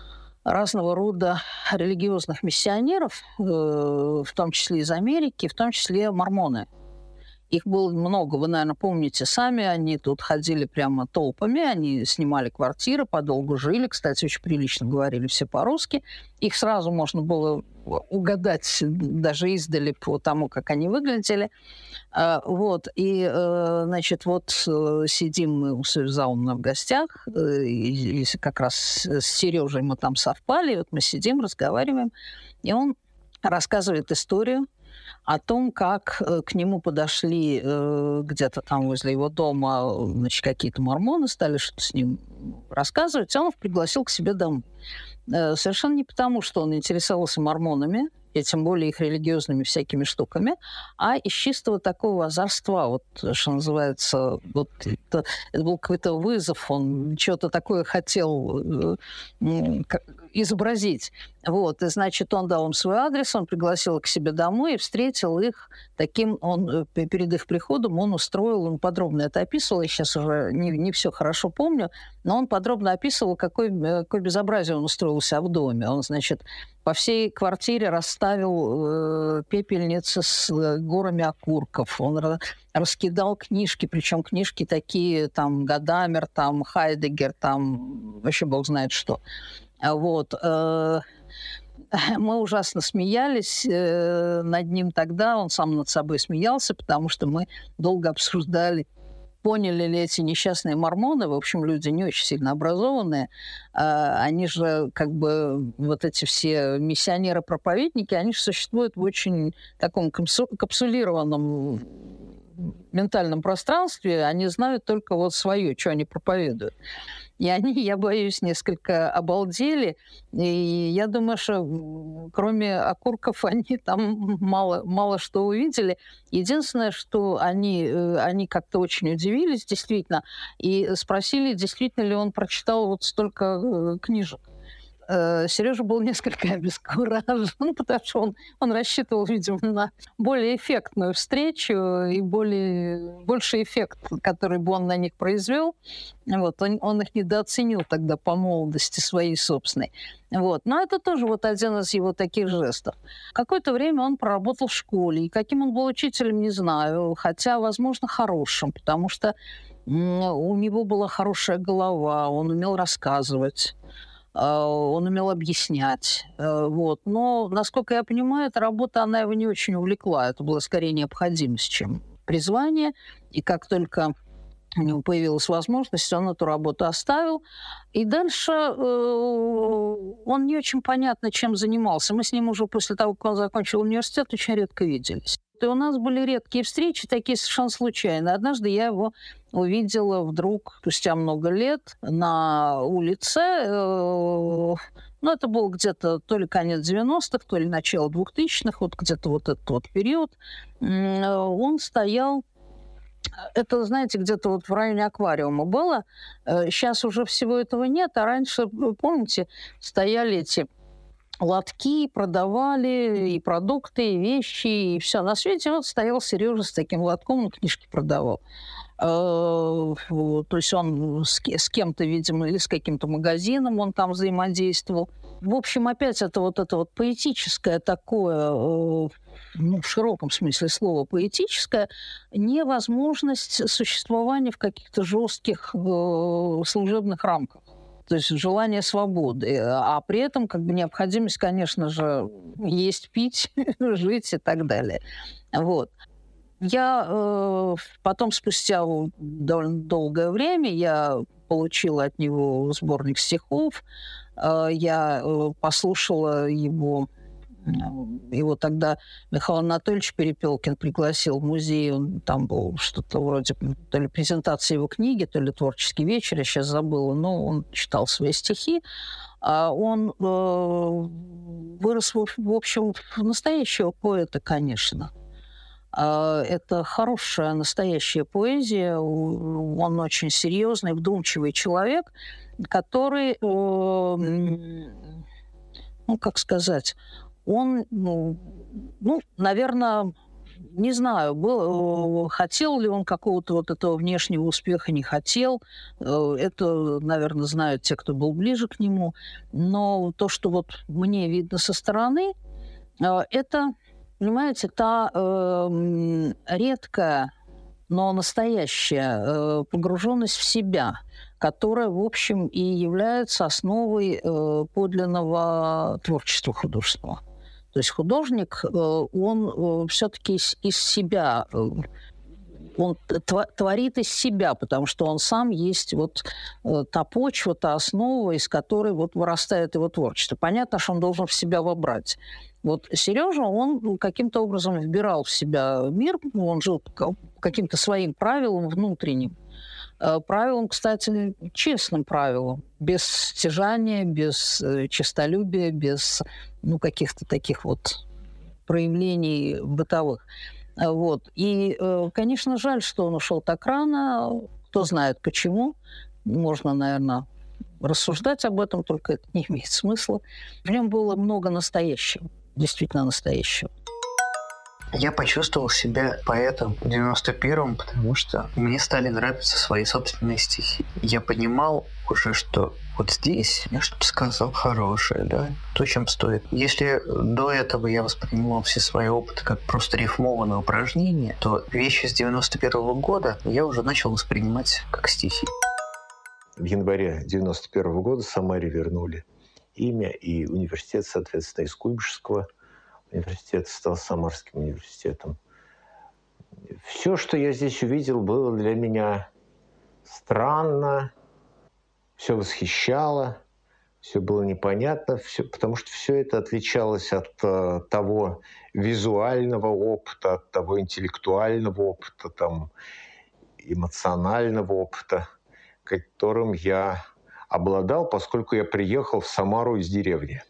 разного рода религиозных миссионеров, в том числе из Америки, в том числе мормоны. Их было много, вы, наверное, помните сами, они тут ходили прямо толпами, они снимали квартиры, подолгу жили, кстати, очень прилично говорили все по-русски. Их сразу можно было угадать даже издали по тому, как они выглядели. Вот, и, значит, вот сидим мы у Сюзауна в гостях, и как раз с Сережей мы там совпали, и вот мы сидим, разговариваем, и он рассказывает историю о том, как к нему подошли где-то там возле его дома, значит, какие-то мормоны, стали что-то с ним рассказывать, а он их пригласил к себе домой. Совершенно не потому, что он интересовался мормонами, и тем более их религиозными всякими штуками, а из чистого такого озорства, вот, что называется, вот это был какой-то вызов, он что-то такое хотел изобразить. Вот, и, значит, он дал им свой адрес, он пригласил их к себе домой и встретил их таким, он перед их приходом он устроил, он подробно это описывал, я сейчас уже не все хорошо помню, но он подробно описывал, какое безобразие он устроил у себя в доме. Он, значит, по всей квартире расставил пепельницы с горами окурков. Он раскидал книжки, причем книжки такие, там, Гадамер, там, Хайдеггер, там, вообще бог знает что. Вот. Мы ужасно смеялись над ним тогда, он сам над собой смеялся, потому что мы долго обсуждали, поняли ли эти несчастные мормоны, в общем, люди не очень сильно образованные, они же, как бы, вот эти все миссионеры-проповедники, они же существуют в очень таком капсулированном ментальном пространстве, они знают только вот свое, что они проповедуют. И они, я боюсь, несколько обалдели. И я думаю, что кроме окурков они там мало что увидели. Единственное, что они как-то очень удивились, действительно, и спросили, действительно ли он прочитал вот столько книжек. Сережа был несколько обескуражен, потому что он рассчитывал, видимо, на более эффектную встречу и больший эффект, который бы он на них произвел. Вот, он их недооценил тогда по молодости своей собственной. Вот. Но это тоже вот один из его таких жестов. Какое-то время он проработал в школе, и каким он был учителем, не знаю, хотя, возможно, хорошим, потому что у него была хорошая голова, он умел рассказывать. Он умел объяснять. Вот. Но, насколько я понимаю, эта работа, она его не очень увлекла. Это была скорее необходимость, чем призвание. И как только у него появилась возможность, он эту работу оставил. И дальше он не очень понятно, чем занимался. Мы с ним уже после того, как он закончил университет, очень редко виделись. И у нас были редкие встречи, такие совершенно случайные. Однажды я его увидела вдруг, спустя много лет, на улице. Ну, это был где-то то ли конец 90-х, то ли начало 2000-х, вот где-то вот этот вот период. Он стоял, это, знаете, где-то вот в районе аквариума было. Сейчас уже всего этого нет, а раньше, помните, стояли эти лотки, продавали и продукты, и вещи, и все на свете. Вот стоял Сережа с таким лотком, он книжки продавал. То есть он с кем-то, видимо, или с каким-то магазином он там взаимодействовал. В общем, опять это вот поэтическое такое, ну, в широком смысле слова поэтическое, невозможность существования в каких-то жестких служебных рамках. То есть желание свободы, а при этом как бы необходимость, конечно же, есть, пить, жить и так далее. Вот. Я потом, спустя довольно долгое время, я получила от него сборник стихов, я послушала его тогда Михаил Анатольевич Перепелкин пригласил в музей, там был что-то вроде то ли презентации его книги, то ли творческий вечер, я сейчас забыла, но он читал свои стихи. Он вырос, в общем, в настоящего поэта, конечно. Это хорошая настоящая поэзия, он очень серьезный, вдумчивый человек, который, ну, как сказать, он, наверное, Не знаю, хотел ли он какого-то вот этого внешнего успеха, не хотел. Это, наверное, знают те, кто был ближе к нему. Но то, что вот мне видно со стороны, это, понимаете, та редкая, но настоящая погруженность в себя, которая, в общем, и является основой подлинного творчества художественного. То есть художник, он все-таки из себя, он творит из себя, потому что он сам есть вот та почва, та основа, из которой вот вырастает его творчество. Понятно, что он должен в себя вобрать. Вот Сережа, он каким-то образом вбирал в себя мир, он жил по каким-то своим правилам внутренним. Правилам, кстати, честным правилам, без стяжания, без честолюбия, без каких-то таких вот проявлений бытовых. Вот. И, конечно, жаль, что он ушел так рано. Кто знает почему. Можно, наверное, рассуждать об этом, только это не имеет смысла. В нем было много настоящего, действительно настоящего. Я почувствовал себя поэтом в 91-м, потому что мне стали нравиться свои собственные стихи. Я понимал уже, что вот здесь я что-то сказал хорошее, да, то, чем стоит. Если до этого я воспринимал все свои опыты как просто рифмованное упражнение, то вещи с 91-го года я уже начал воспринимать как стихи. В январе 91-го года Самаре вернули имя, и университет, соответственно, из Куйбышевского университета стал Самарским университетом. Все, что я здесь увидел, было для меня странно, все восхищало, все было непонятно, потому что все это отличалось от того визуального опыта, от того интеллектуального опыта, там, эмоционального опыта, которым я обладал, поскольку я приехал в Самару из деревни.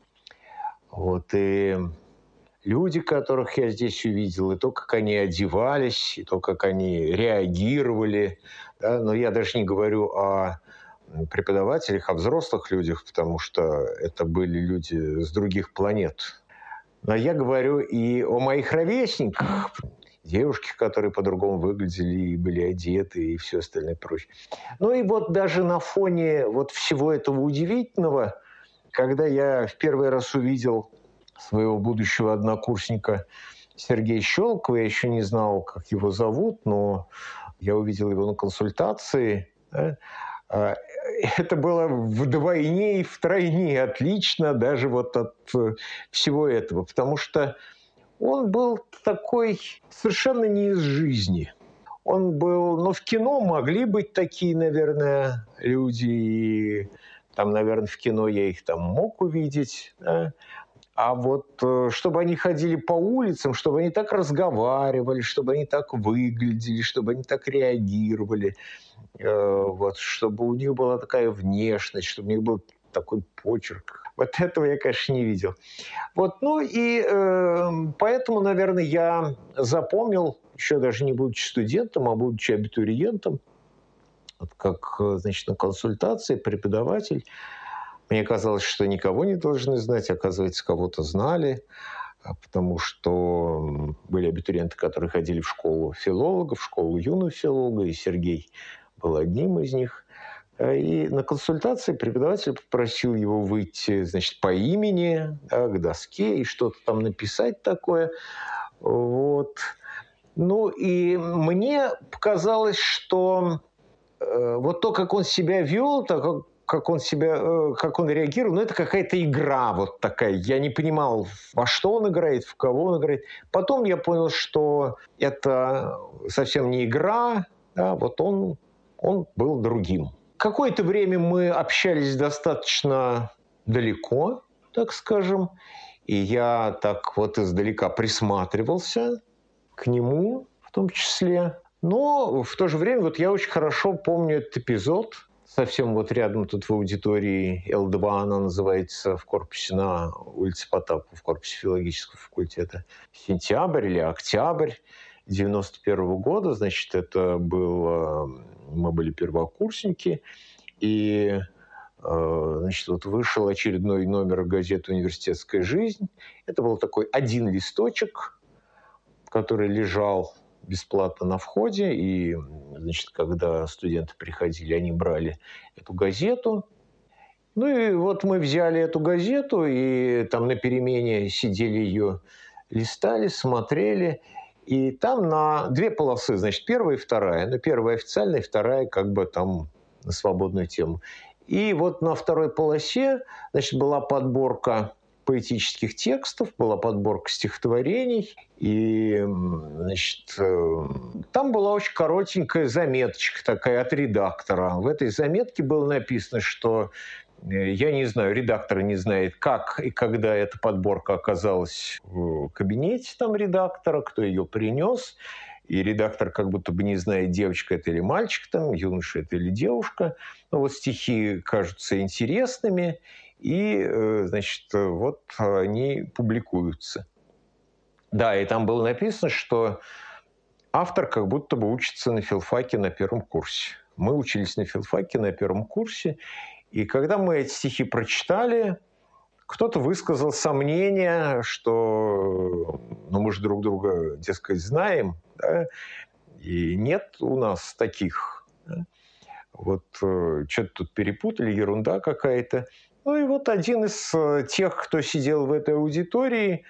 Вот, и люди, которых я здесь увидел, и то, как они одевались, и то, как они реагировали. Да? Но я даже не говорю о преподавателях, о взрослых людях, потому что это были люди с других планет. Но я говорю и о моих ровесниках, девушки, которые по-другому выглядели и были одеты, и все остальное прочее. Ну и вот даже на фоне вот всего этого удивительного, когда я в первый раз увидел своего будущего однокурсника Сергея Щелокова, я еще не знал, как его зовут, но я увидел его на консультации. Да? Это было вдвойне и втройне отлично даже вот от всего этого, потому что он был такой совершенно не из жизни. Он был, но в кино могли быть такие, наверное, люди, и там, наверное, в кино я их там мог увидеть, да? А вот чтобы они ходили по улицам, чтобы они так разговаривали, чтобы они так выглядели, чтобы они так реагировали, вот, чтобы у них была такая внешность, чтобы у них был такой почерк. Вот этого я, конечно, не видел. Вот, ну и поэтому, наверное, я запомнил, еще даже не будучи студентом, а будучи абитуриентом, вот как, значит, на консультации преподаватель. Мне казалось, что никого не должны знать, оказывается, кого-то знали, потому что были абитуриенты, которые ходили в школу филологов, в школу юного филолога, и Сергей был одним из них. И на консультации преподаватель попросил его выйти, значит, по имени, да, к доске и что-то там написать такое. Вот. Ну и мне показалось, что вот то, как он себя вел, как он реагировал, ну, это какая-то игра вот такая. Я не понимал, во что он играет, в кого он играет. Потом я понял, что это совсем не игра, да, вот он был другим. Какое-то время мы общались достаточно далеко, так скажем, и я так вот издалека присматривался к нему в том числе. Но в то же время вот я очень хорошо помню этот эпизод. Совсем вот рядом тут в аудитории Л2 она называется, в корпусе на улице Потапова, в корпусе филологического факультета. Сентябрь или октябрь 91 года, значит, это было... Мы были первокурсники, и, значит, вот вышел очередной номер газеты «Университетская жизнь». Это был такой один листочек, который лежал бесплатно на входе. И, значит, когда студенты приходили, они брали эту газету. Ну и вот мы взяли эту газету и там на перемене сидели ее, листали, смотрели. И там на 2 полосы, значит, первая и вторая. Ну, первая официальная, вторая как бы там на свободную тему. И вот на второй полосе, значит, была подборка поэтических текстов, была подборка стихотворений. И, значит, там была очень коротенькая заметочка такая от редактора. В этой заметке было написано, что я не знаю, редактор не знает, как и когда эта подборка оказалась в кабинете там редактора, кто ее принес. И редактор как будто бы не знает, девочка это или мальчик, там, юноша это или девушка. Но вот стихи кажутся интересными, и, значит, вот они публикуются. Да, и там было написано, что автор как будто бы учится на филфаке на 1 курсе. Мы учились на филфаке на 1 курсе, и когда мы эти стихи прочитали, кто-то высказал сомнение, что ну, мы же друг друга, дескать, знаем, да, и нет у нас таких. Да. Вот что-то тут перепутали, ерунда какая-то. Ну и вот один из тех, кто сидел в этой аудитории,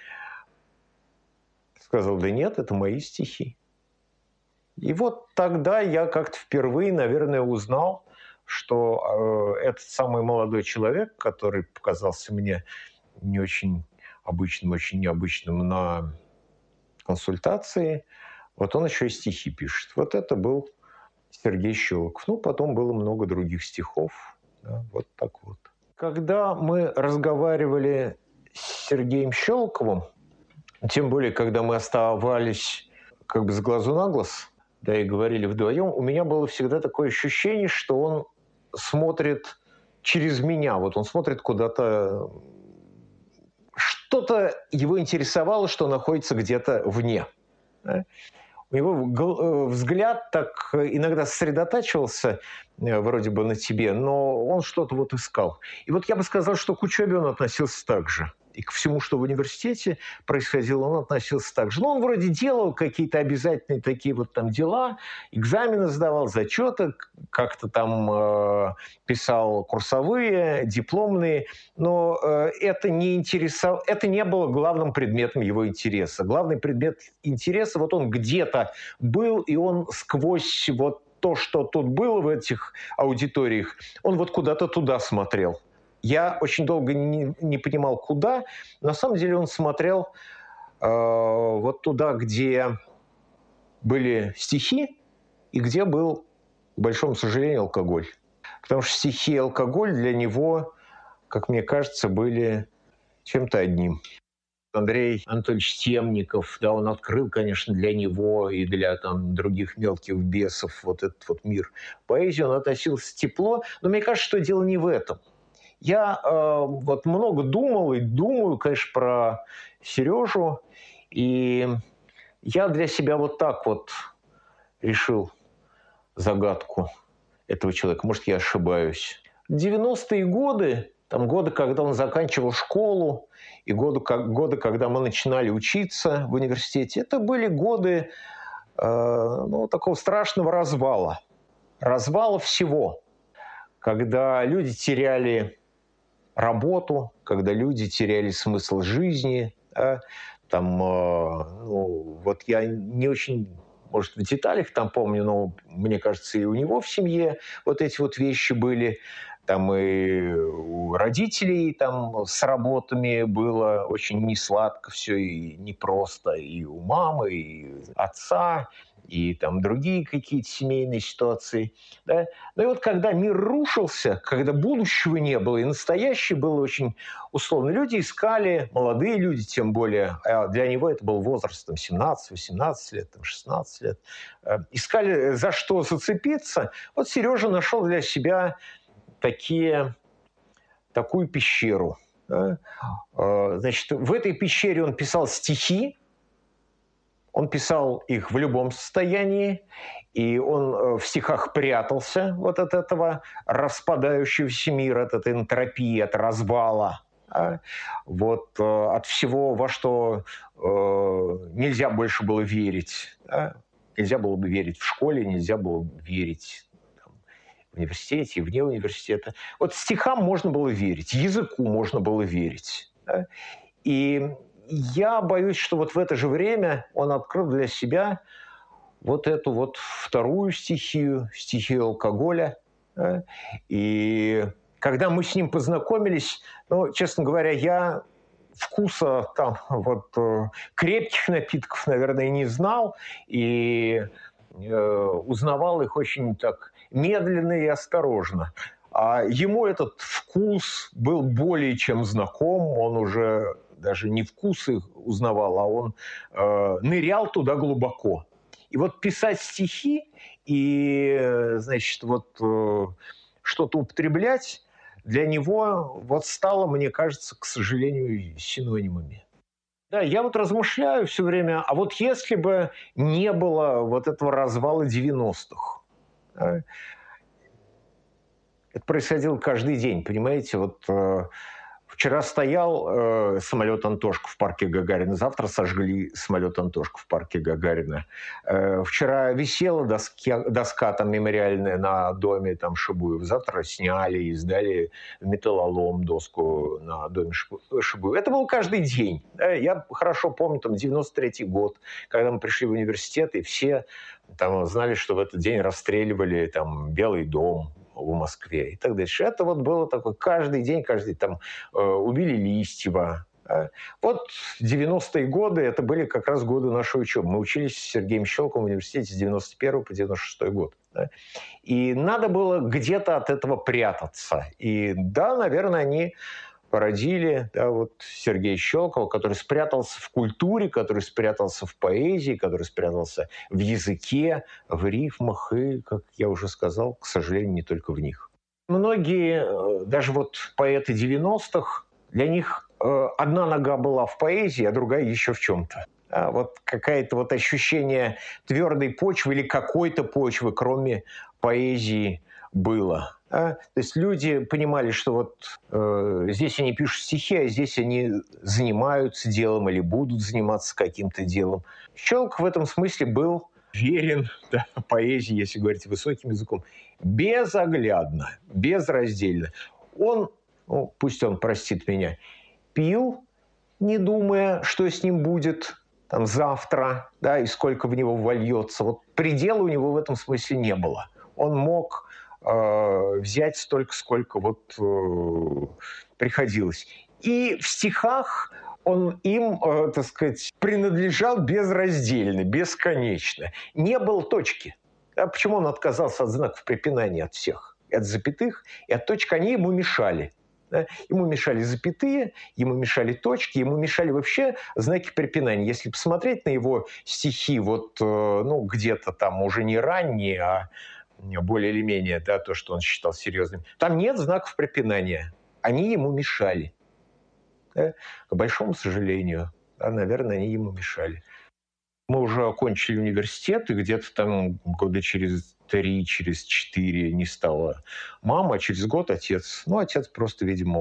сказал, да нет, это мои стихи. И вот тогда я как-то впервые, наверное, узнал, что этот самый молодой человек, который показался мне не очень обычным, очень необычным на консультации, вот он еще и стихи пишет. Вот это был Сергей Щелоков. Ну, потом было много других стихов. Да, вот так вот. Когда мы разговаривали с Сергеем Щелоковым, тем более, когда мы оставались как бы с глазу на глаз, да, и говорили вдвоем, у меня было всегда такое ощущение, что он смотрит через меня. Вот он смотрит куда-то... Что-то его интересовало, что находится где-то вне. Да? У него взгляд так иногда сосредотачивался вроде бы на тебе, но он что-то вот искал. И вот я бы сказал, что к учебе он относился так же. И ко всему, что в университете происходило, он относился так же. Но он вроде делал какие-то обязательные такие вот там дела, экзамены сдавал, зачеты, как-то там писал курсовые, дипломные, но это не было главным предметом его интереса. Главный предмет интереса, вот он где-то был, и он сквозь вот то, что тут было в этих аудиториях, он вот куда-то туда смотрел. Я очень долго не понимал, куда. На самом деле он смотрел вот туда, где были стихи и где был, к большому сожалению, алкоголь. Потому что стихи и алкоголь для него, как мне кажется, были чем-то одним. Андрей Анатольевич Темников, да, он открыл, конечно, для него и для там, других мелких бесов вот этот вот мир поэзии. Он относился тепло, но мне кажется, что дело не в этом. Я вот много думал и думаю, конечно, про Сережу, и я для себя вот так вот решил загадку этого человека. Может, я ошибаюсь. 90-е годы, там годы, когда он заканчивал школу, и годы, когда мы начинали учиться в университете, это были годы ну, такого страшного развала. Развала всего. Когда люди теряли работу, когда люди теряли смысл жизни. Да? Там, ну, вот я не очень, может, в деталях там помню, но мне кажется, и у него в семье вот эти вот вещи были. Там и у родителей там с работами было очень несладко все и непросто. И у мамы, и отца, и там другие какие-то семейные ситуации. Да? Ну и вот когда мир рушился, когда будущего не было, и настоящее было очень условно, люди искали, молодые люди тем более, а для него это был возраст там, 17-18 лет, там, 16 лет, искали за что зацепиться. Вот Сережа нашел для себя такую пещеру. Да? Значит, в этой пещере он писал стихи, он писал их в любом состоянии, и он в стихах прятался вот от этого распадающегося мира, от этой энтропии, от развала. Вот от всего, во что нельзя больше было верить. Нельзя было бы верить в школе, нельзя было бы верить в университете и вне университета. Вот стихам можно было верить, языку можно было верить. И я боюсь, что вот в это же время он открыл для себя вот эту вот вторую стихию алкоголя. И когда мы с ним познакомились, ну, честно говоря, я вкуса там вот крепких напитков, наверное, не знал, и узнавал их очень так медленно и осторожно. А ему этот вкус был более чем знаком, он уже даже не вкусы узнавал, а он нырял туда глубоко. И вот писать стихи и, значит, вот что-то употреблять для него вот стало, мне кажется, к сожалению, синонимами. Да, я вот размышляю все время, а вот если бы не было вот этого развала 90-х, да, это происходило каждый день, понимаете, вот вчера стоял самолет «Антошка» в парке Гагарина, завтра сожгли самолет «Антошка» в парке Гагарина. Вчера висела доска там мемориальная на доме там Шибуев, завтра сняли и сдали в металлолом доску на доме Шибуев. Это был каждый день. Я хорошо помню, там, 93-й год, когда мы пришли в университет, и все там знали, что в этот день расстреливали там Белый дом в Москве и так дальше. Это вот было такое каждый день там убили Листьева. Вот 90-е годы, это были как раз годы нашей учебы. Мы учились с Сергеем Щелковым в университете с 91 по 96 год. Да? И надо было где-то от этого прятаться. И да, наверное, они породили, да, вот Сергея Щелкова, который спрятался в культуре, который спрятался в поэзии, который спрятался в языке, в рифмах и, как я уже сказал, к сожалению, не только в них. Многие, даже вот поэты 90-х, для них одна нога была в поэзии, а другая еще в чем-то. А вот какое-то вот ощущение твердой почвы или какой-то почвы, кроме поэзии, было. То есть люди понимали, что вот здесь они пишут стихи, а здесь они занимаются делом или будут заниматься каким-то делом. Щелков в этом смысле был верен, да, поэзии, если говорить высоким языком, безоглядно, безраздельно. Он, ну, пусть он простит меня, пил, не думая, что с ним будет там завтра, да, и сколько в него вольется. Вот предела у него в этом смысле не было. Он мог взять столько, сколько вот приходилось. И в стихах он им, так сказать, принадлежал безраздельно, бесконечно. Не было точки. А почему он отказался от знаков препинания от всех? И от запятых, и от точек. Они ему мешали. Да? Ему мешали запятые, ему мешали точки, ему мешали вообще знаки препинания. Если посмотреть на его стихи, вот, ну, где-то там уже не ранние, а более или менее, да, то, что он считал серьезным. Там нет знаков препинания. Они ему мешали. Да? К большому сожалению, да, наверное, они ему мешали. Мы уже окончили университет, и где-то там года через 3, через 4 не стало мамы, а через год отец. Ну, отец просто, видимо,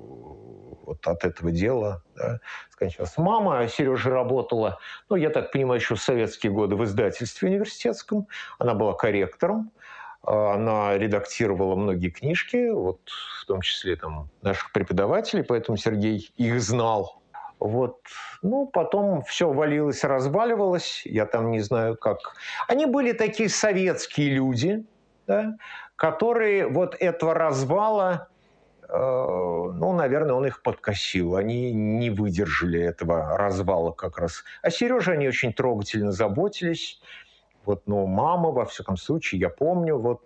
вот от этого дела, да, скончался. Мама, Сережа, работала, ну, я так понимаю, еще в советские годы в издательстве университетском. Она была корректором. Она редактировала многие книжки, вот, в том числе там, наших преподавателей, поэтому Сергей их знал. Вот. Ну, потом все валилось, разваливалось, я там не знаю как. Они были такие советские люди, да, которые вот этого развала, ну, наверное, он их подкосил. Они не выдержали этого развала как раз. А Сереже они очень трогательно заботились. Вот, ну, мама, во всяком случае, я помню, вот,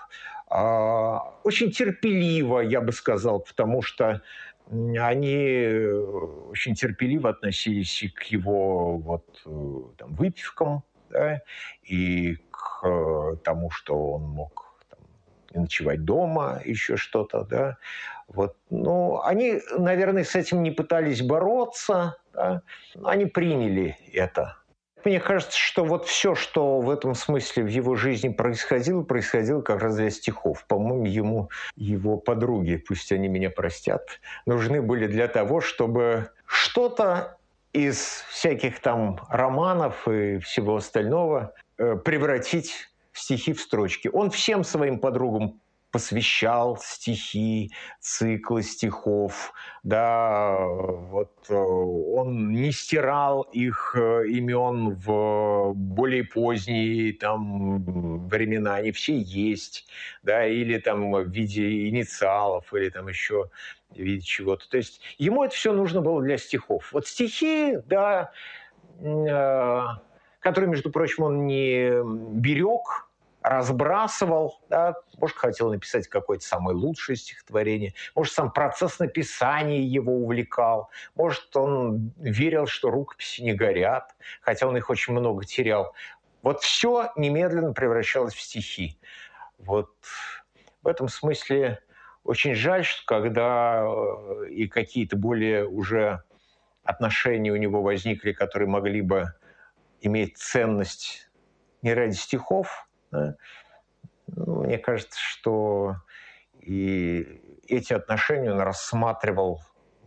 очень терпеливо, я бы сказал, потому что они очень терпеливо относились и к его вот, там, выпивкам, да, и к тому, что он мог там, ночевать дома, еще что-то, да. Вот. Ну, они, наверное, с этим не пытались бороться, да. Они приняли это. Мне кажется, что вот все, что в этом смысле в его жизни происходило как раз для стихов. По-моему, его подруги, пусть они меня простят, нужны были для того, чтобы что-то из всяких там романов и всего остального превратить в стихи, в строчки. Он всем своим подругам посвящал стихи, циклы стихов, да, вот он не стирал их имен в более поздние там времена, они все есть, да, или там в виде инициалов, или там еще в виде чего-то. То есть ему это все нужно было для стихов. Вот стихи, да, которые, между прочим, он не берег, разбрасывал, да, может, хотел написать какое-то самое лучшее стихотворение, может, сам процесс написания его увлекал, может, он верил, что рукописи не горят, хотя он их очень много терял. Вот все немедленно превращалось в стихи. Вот в этом смысле очень жаль, что когда и какие-то более уже отношения у него возникли, которые могли бы иметь ценность не ради стихов, да, мне кажется, что и эти отношения он рассматривал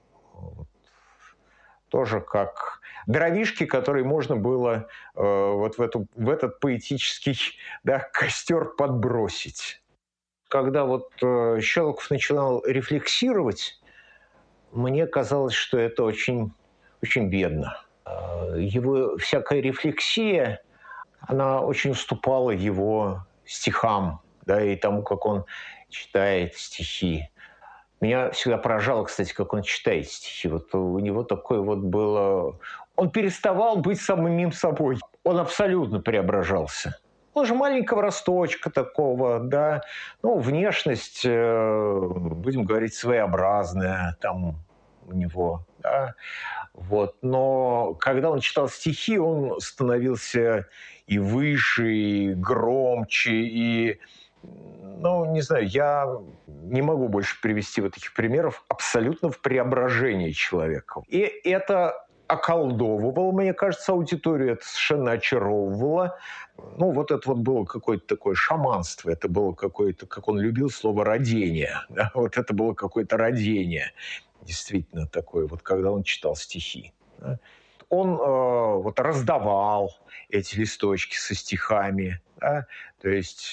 тоже как дровишки, которые можно было вот в этот поэтический, да, костер подбросить. Когда вот Щелоков начинал рефлексировать, мне казалось, что это очень, очень бедно. Его всякая рефлексия, она очень уступала его стихам, да, и тому, как он читает стихи. Меня всегда поражало, кстати, как он читает стихи. Вот у него такое вот было... Он переставал быть самим собой. Он абсолютно преображался. Он же маленького росточка такого, да. Ну, внешность, будем говорить, своеобразная там у него, да. Вот. Но когда он читал стихи, он становился и выше, и громче, и... Ну, не знаю, я не могу больше привести вот таких примеров абсолютно в преображении человека. И это околдовывало, мне кажется, аудиторию, это совершенно очаровывало. Ну, вот это вот было какое-то такое шаманство, это было какое-то, как он любил слово, родение. Да? Вот это было какое-то родение, действительно такое, вот когда он читал стихи. Да? Он вот раздавал эти листочки со стихами, да? То есть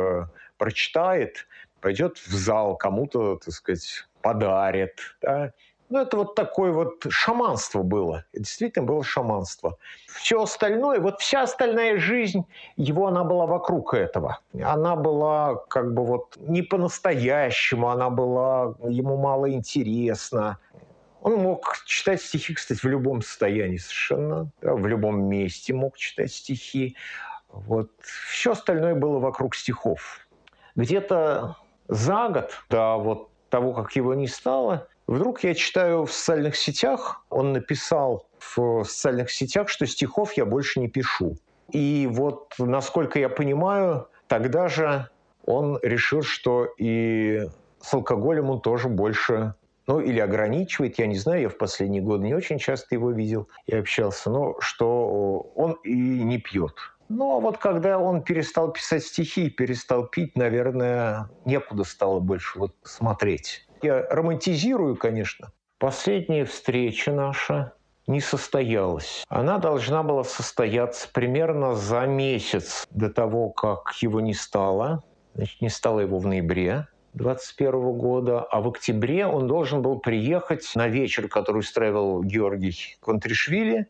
прочитает, пойдет в зал, кому-то, так сказать, подарит. Да? Ну, это вот такое вот шаманство было. Это действительно было шаманство. Все остальное, вот вся остальная жизнь его, она была вокруг этого. Она была как бы вот не по-настоящему, она была ему мало интересна. Он мог читать стихи, кстати, в любом состоянии совершенно, да, в любом месте мог читать стихи. Вот. Все остальное было вокруг стихов. Где-то за год до вот того, как его не стало, вдруг я читаю в социальных сетях, он написал в социальных сетях, что стихов я больше не пишу. И вот, насколько я понимаю, тогда же он решил, что и с алкоголем он тоже больше, ну, или ограничивает, я не знаю, я в последние годы не очень часто его видел и общался, но что он и не пьет. Ну, а вот когда он перестал писать стихи, перестал пить, наверное, некуда стало больше вот смотреть. Я романтизирую, конечно. Последняя встреча наша не состоялась. Она должна была состояться примерно за месяц до того, как его не стало. Значит, не стало его в ноябре 2021 года, а в октябре он должен был приехать на вечер, который устраивал Георгий Квантришвили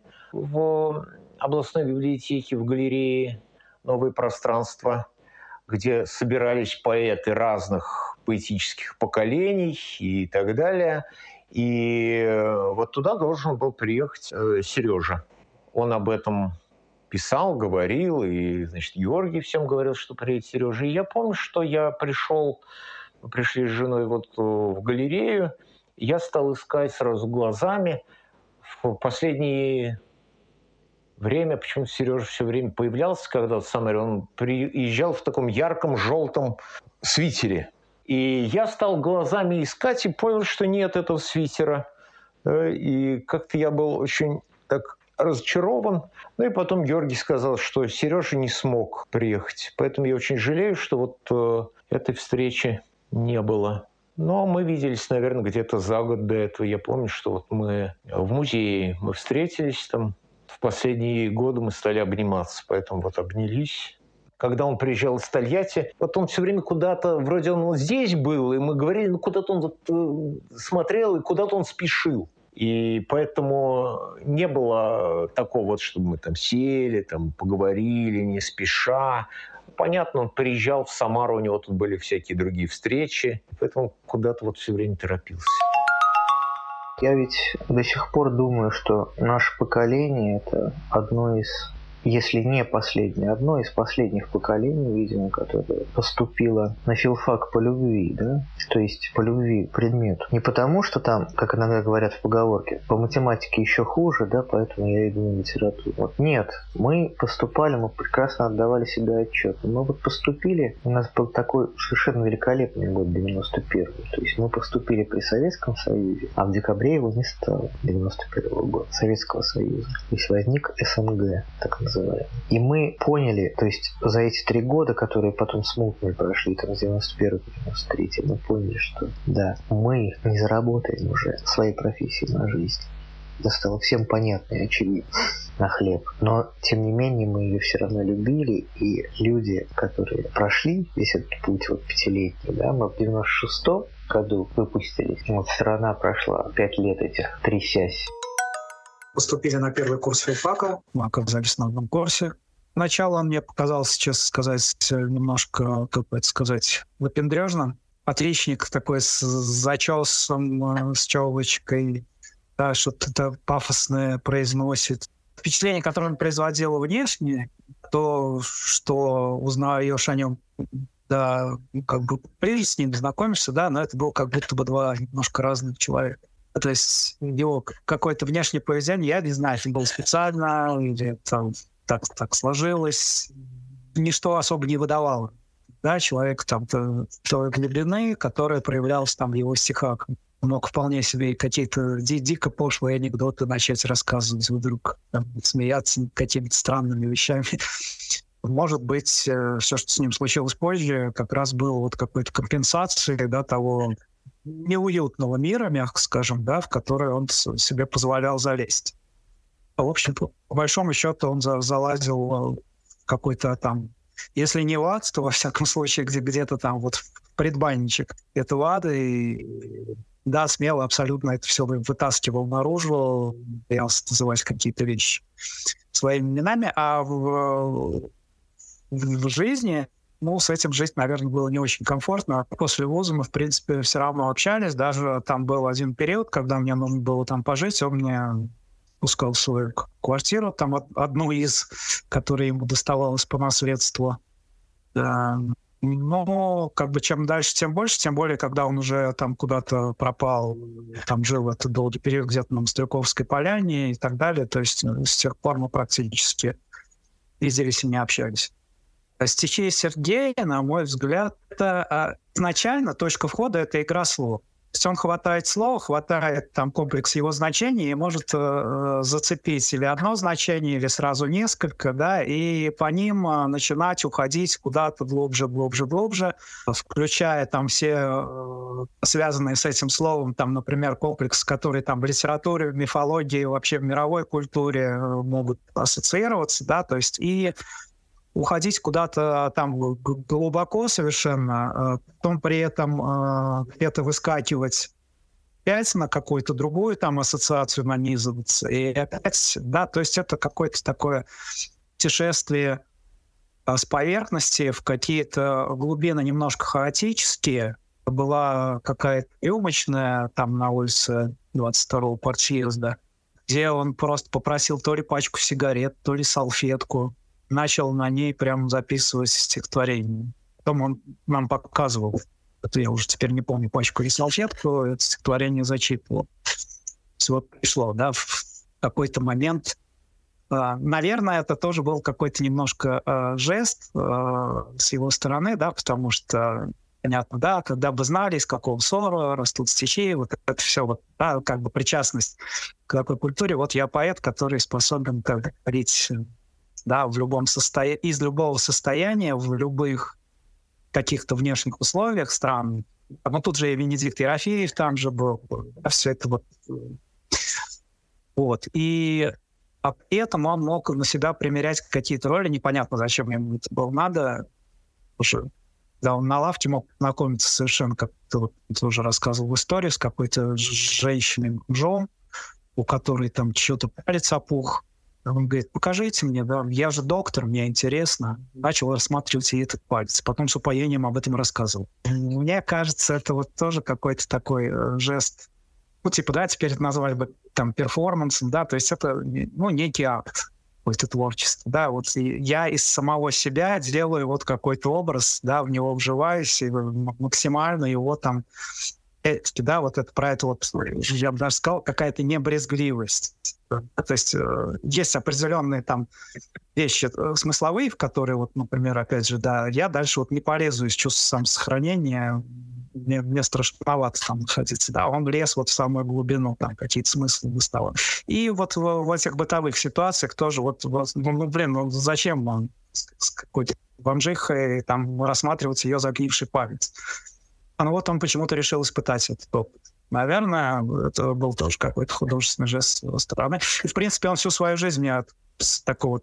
в областной библиотеке, в галерее «Новое пространство», где собирались поэты разных поэтических поколений и так далее. И вот туда должен был приехать Сережа. Он об этом писал, говорил, и, значит, Георгий всем говорил, что приедет Сережа. И я помню, что я пришли с женой вот в галерею, я стал искать сразу глазами. В последние время, почему-то Сережа все время появлялся, когда в Самаре он приезжал в таком ярком желтом свитере. И я стал глазами искать и понял, что нет этого свитера. И как-то я был очень так разочарован. Ну и потом Георгий сказал, что Сережа не смог приехать. Поэтому я очень жалею, что вот этой встречи не было. Но мы виделись, наверное, где-то за год до этого. Я помню, что вот мы в музее мы встретились там. В последние годы мы стали обниматься, поэтому вот обнялись. Когда он приезжал из Тольятти, вот он все время куда-то, вроде он вот здесь был, и мы говорили, ну куда-то он вот смотрел, и куда-то он спешил. И поэтому не было такого вот, чтобы мы там сели, там поговорили не спеша. Понятно, он приезжал в Самару, у него тут были всякие другие встречи, поэтому куда-то вот все время торопился. Я ведь до сих пор думаю, что наше поколение – это одно из, если не последнее, одно из последних поколений, видимо, которое поступило на филфак по любви, да? То есть по любви к предмету. Не потому, что там, как иногда говорят в поговорке, по математике еще хуже, да, поэтому я иду на литературу. Вот нет, мы поступали, мы прекрасно отдавали себе отчет. Мы вот поступили, у нас был такой совершенно великолепный год 91-й. То есть мы поступили при Советском Союзе, а в декабре его не стало, 91-го года, Советского Союза. То есть возник СНГ, так называемый. И мы поняли, то есть за эти 3 года, которые потом смутно прошли, там с 91 по 93, мы поняли, что да, мы не заработаем уже своей профессии на жизнь. Это стало всем понятно и очевидно на хлеб. Но, тем не менее, мы ее все равно любили. И люди, которые прошли весь этот путь вот 5-летний, да, мы в 96-м году выпустились. Вот страна прошла 5 лет этих трясясь. Поступили на первый курс филфака. Мы оказались на одном курсе. Сначала он мне показался, честно сказать, немножко, как бы это сказать, выпендрежным. Отличник такой с зачесом, с челочкой, да, что-то пафосное произносит. Впечатление, которое он производил внешне, то, что узнаешь о нем, да, как бы прежде с ним знакомишься, да, но это было как будто бы 2 немножко разных человека. То есть его какое-то внешнее поведение, я не знаю, это было специально или там так сложилось, ничто особо не выдавало. Да, человек там той глубины, которая проявлялась там в его стихах. Он мог вполне себе какие-то дико пошлые анекдоты начать рассказывать вдруг, там, смеяться над какими-то странными вещами. Может быть, все, что с ним случилось позже, как раз было вот какой-то компенсацией, да, того неуютного мира, мягко скажем, да, в который он себе позволял залезть. В общем, по большому счету он залазил в какой-то там, если не в ад, то во всяком случае где-то там вот в предбанничек этого ада, и да, смело абсолютно это все вытаскивал наружу, боялся называть какие-то вещи своими именами, а в жизни, ну, с этим жить, наверное, было не очень комфортно. После вуза мы, в принципе, все равно общались. Даже там был один период, когда мне нужно было там пожить, он мне пускал в свою квартиру, там одну из, которая ему доставалась по наследству. Да. Но как бы чем дальше, тем больше, тем более, когда он уже там куда-то пропал, там жил этот долгий период где-то на Мостряковской поляне и так далее. То есть с тех пор мы практически виделись и не общались. Стихи Сергея, на мой взгляд, изначально точка входа — это игра слов. То есть он хватает слово, хватает там комплекс его значений и может зацепить или одно значение, или сразу несколько, да, и по ним начинать уходить куда-то глубже, включая там все связанные с этим словом, там, например, комплекс, который там в литературе, в мифологии, вообще в мировой культуре могут ассоциироваться, да, то есть и уходить куда-то там глубоко совершенно, потом при этом где-то выскакивать опять на какую-то другую там ассоциацию нанизываться. И опять, да, то есть это какое-то такое путешествие с поверхности в какие-то глубины немножко хаотические. Была какая-то рюмочная там на улице 22-го партсъезда, где он просто попросил то ли пачку сигарет, то ли салфетку. Начал на ней прям записывать стихотворение. Потом он нам показывал, это я уже теперь не помню, пачку или салфетку, это стихотворение зачитывал. Вот пришло, да, в какой-то момент. Наверное, это тоже был какой-то немножко жест с его стороны, да, потому что понятно, да, когда бы знали, из какого ссора растут стихи, вот это все, вот, да, как бы причастность к такой культуре. Вот я поэт, который способен, как говорить, да, в любом из любого состояния, в любых каких-то внешних условиях стран. Ну, тут же и Венедикт Ерофеев там же был, все это вот. Вот. И при этом он мог на себя примерять какие-то роли, непонятно, зачем ему это было надо. Уже, да, он на лавке мог знакомиться совершенно, как ты уже рассказывал в истории, с какой-то женщиной-мужом, у которой там что-то палец опух. Он говорит, покажите мне, да, я же доктор, мне интересно. Начал рассматривать и этот палец. Потом с упоением об этом рассказывал. Мне кажется, это вот тоже какой-то такой жест. Ну, типа, да, теперь это назвали бы там перформансом, да, то есть это, ну, некий акт, какое-то творчество, да, вот я из самого себя делаю вот какой-то образ, да, в него вживаюсь и максимально его там, да, вот это про это вот, я бы даже сказал, какая-то небрезгливость. То есть есть определенные там вещи смысловые, в которые, вот, например, опять же, да, я дальше вот не полезу из чувства самосохранения, мне страшновато там находиться, да, он влез вот в самую глубину, там какие-то смыслы выставил. И вот в этих бытовых ситуациях тоже вот ну зачем вам с какой-то бомжихой там рассматривать ее загнивший палец? Ну вот он почему-то решил испытать этот опыт. Наверное, это был тоже какой-то художественный жест с его стороны. И, в принципе, он всю свою жизнь меня с такого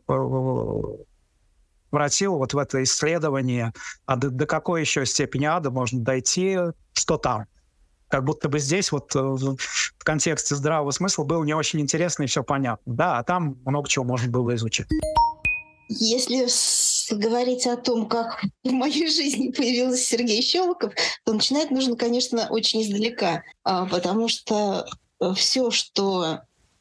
вратил вот в это исследование, а до какой еще степени ада можно дойти, что там. Как будто бы здесь вот в контексте здравого смысла было не очень интересно и все понятно. Да, а там много чего можно было изучить. Если говорить о том, как в моей жизни появился Сергей Щелоков, то начинать нужно, конечно, очень издалека, потому что все, что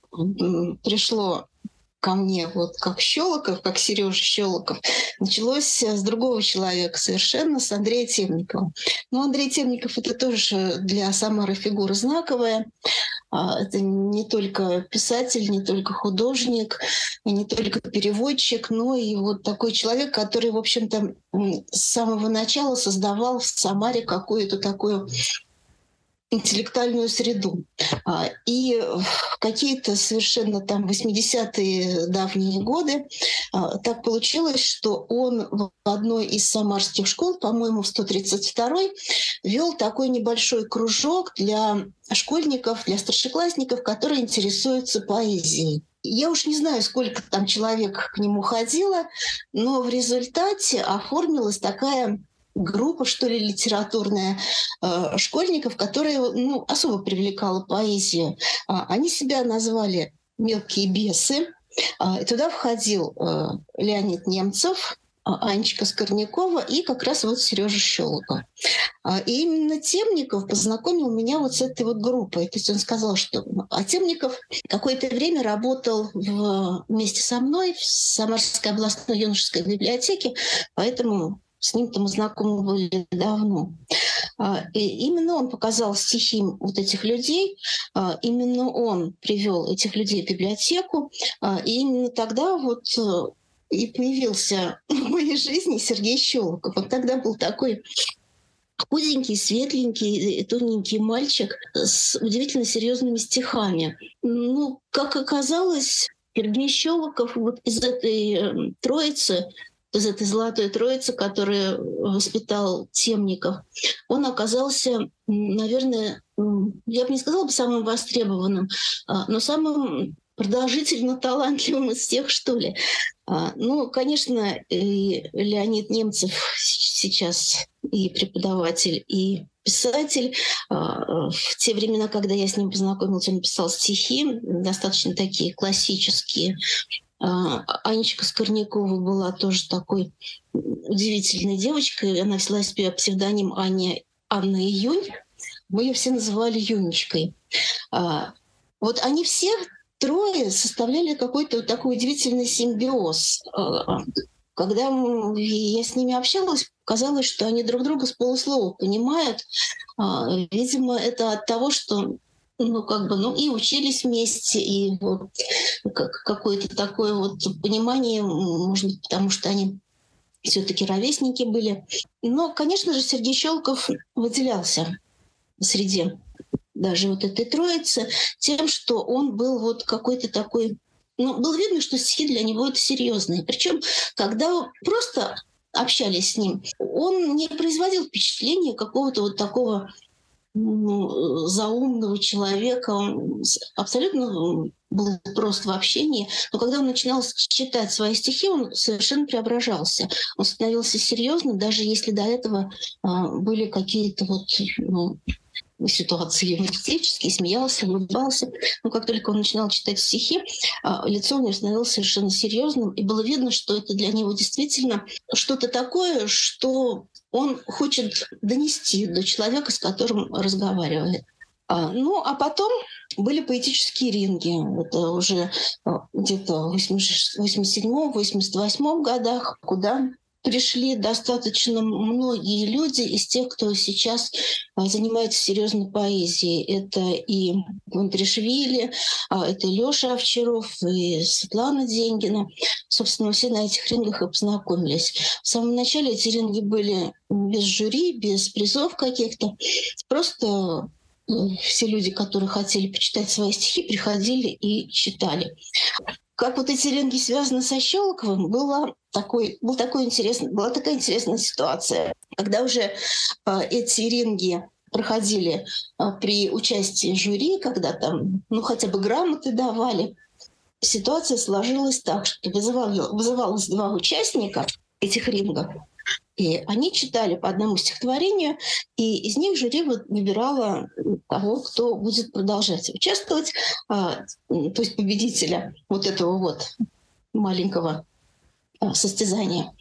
пришло ко мне вот как Щелоков, как Сережа Щелоков, началось с другого человека совершенно, с Андрея Темникова. Но Андрей Темников — это тоже для Самары фигура знаковая. Это не только писатель, не только художник, не только переводчик, но и вот такой человек, который, в общем-то, с самого начала создавал в Самаре какую-то такую интеллектуальную среду. И в какие-то совершенно там 80-е давние годы так получилось, что он в одной из самарских школ, по-моему, в 132-й, вел такой небольшой кружок для школьников, для старшеклассников, которые интересуются поэзией. Я уж не знаю, сколько там человек к нему ходило, но в результате оформилась такая группа, что ли, литературная школьников, которая особо привлекала поэзию. Они себя назвали «Мелкие бесы». И туда входил Леонид Немцев, Анечка Скорнякова и как раз вот Сережа Щелоков. И именно Темников познакомил меня вот с этой вот группой. То есть он сказал, что... А Темников какое-то время работал вместе со мной в Самарской областной юношеской библиотеке, поэтому с ним-то мы знакомы были давно. И именно он показал стихи вот этих людей, именно он привел этих людей в библиотеку, и именно тогда вот и появился в моей жизни Сергей Щелоков. Он тогда был такой худенький, светленький, тоненький мальчик с удивительно серьезными стихами. Ну, как оказалось, Сергей Щелоков вот из этой троицы, из этой золотой троицы, которую воспитал Темников, он оказался, наверное, я бы не сказала бы самым востребованным, но самым продолжительно талантливым из всех, что ли. Ну, конечно, и Леонид Немцев сейчас и преподаватель, и писатель. В те времена, когда я с ним познакомилась, он писал стихи, достаточно такие классические. Анечка Скорнякова была тоже такой удивительной девочкой. Она взяла себе псевдоним Анна Июнь. Мы ее все называли Юнечкой. Вот они все трое составляли какой-то такой удивительный симбиоз. Когда я с ними общалась, казалось, что они друг друга с полуслова понимают. Видимо, это от того, что и учились вместе, и вот какое-то такое вот понимание, может быть, потому что они все-таки ровесники были. Но, конечно же, Сергей Щелоков выделялся среди даже вот этой троицы тем, что он был вот какой-то такой... Ну, было видно, что стихи для него это серьезные. Причем, когда просто общались с ним, он не производил впечатления какого-то вот такого заумного человека. Он абсолютно был прост в общении. Но когда он начинал читать свои стихи, он совершенно преображался. Он становился серьезным, даже если до этого были какие-то вот... ситуации юмористические, смеялся, улыбался. Но как только он начинал читать стихи, лицо у него становилось совершенно серьезным, и было видно, что это для него действительно что-то такое, что он хочет донести до человека, с которым разговаривает. А потом были поэтические ринги. Это уже где-то в 87-88 годах, куда пришли достаточно многие люди из тех, кто сейчас занимается серьезной поэзией. Это и Квантришвили, это и Лёша Овчаров, и Светлана Деньгина. Собственно, все на этих рингах и познакомились. В самом начале эти ринги были без жюри, без призов каких-то. Просто все люди, которые хотели почитать свои стихи, приходили и читали. Как вот эти ринги связаны со Щелоковым, была такая интересная ситуация. Когда уже эти ринги проходили при участии жюри, когда там хотя бы грамоты давали, ситуация сложилась так, что вызывалось два участника этих рингов, и они читали по одному стихотворению, и из них жюри выбирало того, кто будет продолжать участвовать, то есть победителя вот этого вот маленького состязания.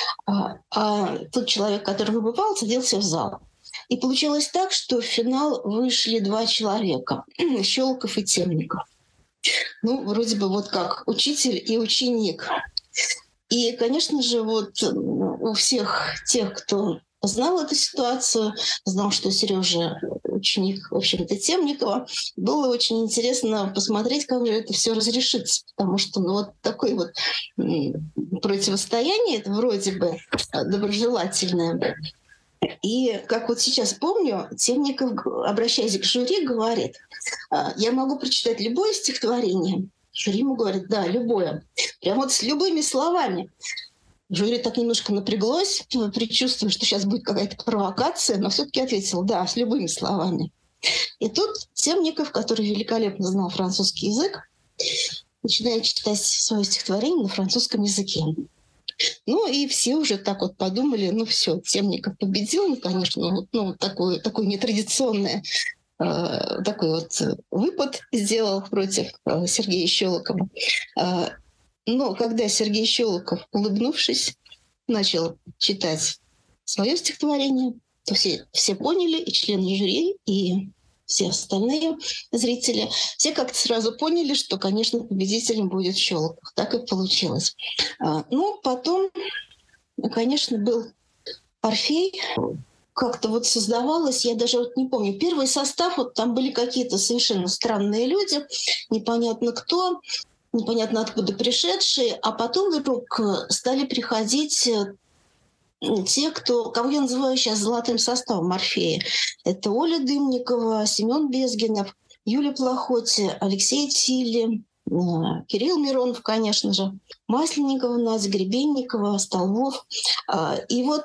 А тот человек, который выбывал, садился в зал. И получилось так, что в финал вышли два человека — Щелоков и Темников. Вроде бы вот как учитель и ученик. И, конечно же, вот у всех тех, кто знал эту ситуацию, знал, что Сережа ученик, в общем-то, Темникова, было очень интересно посмотреть, как же это все разрешится. Потому что вот такое вот противостояние, это вроде бы доброжелательное. И, как вот сейчас помню, Темников, обращаясь к жюри, говорит: «Я могу прочитать любое стихотворение». Жюри ему говорит: «Да, любое». Прям вот с любыми словами. Жюри так немножко напряглось, предчувствуя, что сейчас будет какая-то провокация, но все-таки ответил: «Да, с любыми словами». И тут Темников, который великолепно знал французский язык, начинает читать свое стихотворение на французском языке. И все уже так вот подумали: все, Темников победил, конечно, такой нетрадиционный такой вот выпад сделал против Сергея Щелокова. Но когда Сергей Щелоков, улыбнувшись, начал читать свое стихотворение, то все поняли, и члены жюри, и все остальные зрители, все как-то сразу поняли, что, конечно, победителем будет Щелоков. Так и получилось. Потом, конечно, был Орфей. Как-то вот создавалось, я даже не помню, первый состав, там были какие-то совершенно странные люди, непонятно кто, непонятно откуда пришедшие, а потом вдруг стали приходить те, кого я называю сейчас золотым составом Орфея. Это Оля Дымникова, Семен Безгинов, Юлия Плохотти, Алексей Тилли, Кирилл Миронов, конечно же, Масленникова, Надя Гребенникова, Столбов. И вот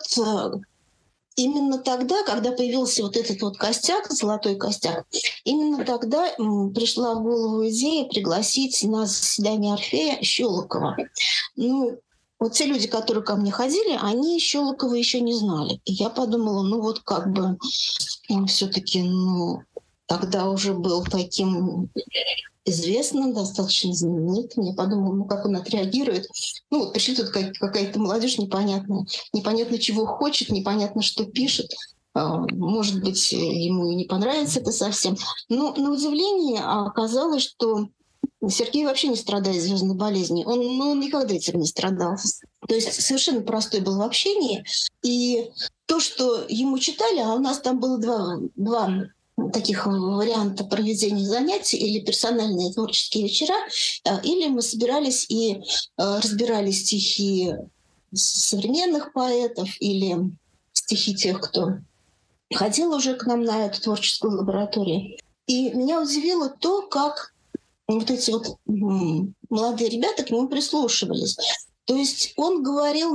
именно тогда, когда появился вот этот вот костяк, золотой костяк, именно тогда пришла в голову идея пригласить на заседание Орфея Щелокова. Вот те люди, которые ко мне ходили, они Щелокова еще не знали. И я подумала, он все-таки, тогда уже был таким известным, достаточно знаменитым. Я подумала, как он отреагирует. Пришли тут какая-то молодежь непонятная. Непонятно, чего хочет, непонятно, что пишет. Может быть, ему и не понравится это совсем. Но на удивление оказалось, что Сергей вообще не страдает звездной болезнью. Он никогда этим не страдал. То есть совершенно простой был в общении. И то, что ему читали, а у нас там было два таких варианта проведения занятий, или персональные творческие вечера, или мы собирались и разбирали стихи современных поэтов или стихи тех, кто ходил уже к нам на эту творческую лабораторию. И меня удивило то, как вот эти вот молодые ребята к нему прислушивались. То есть он говорил,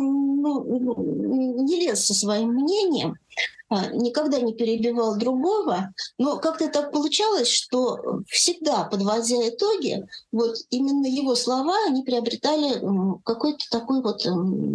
не лез со своим мнением, никогда не перебивал другого, но как-то так получалось, что всегда, подводя итоги, вот именно его слова, они приобретали какой-то такой вот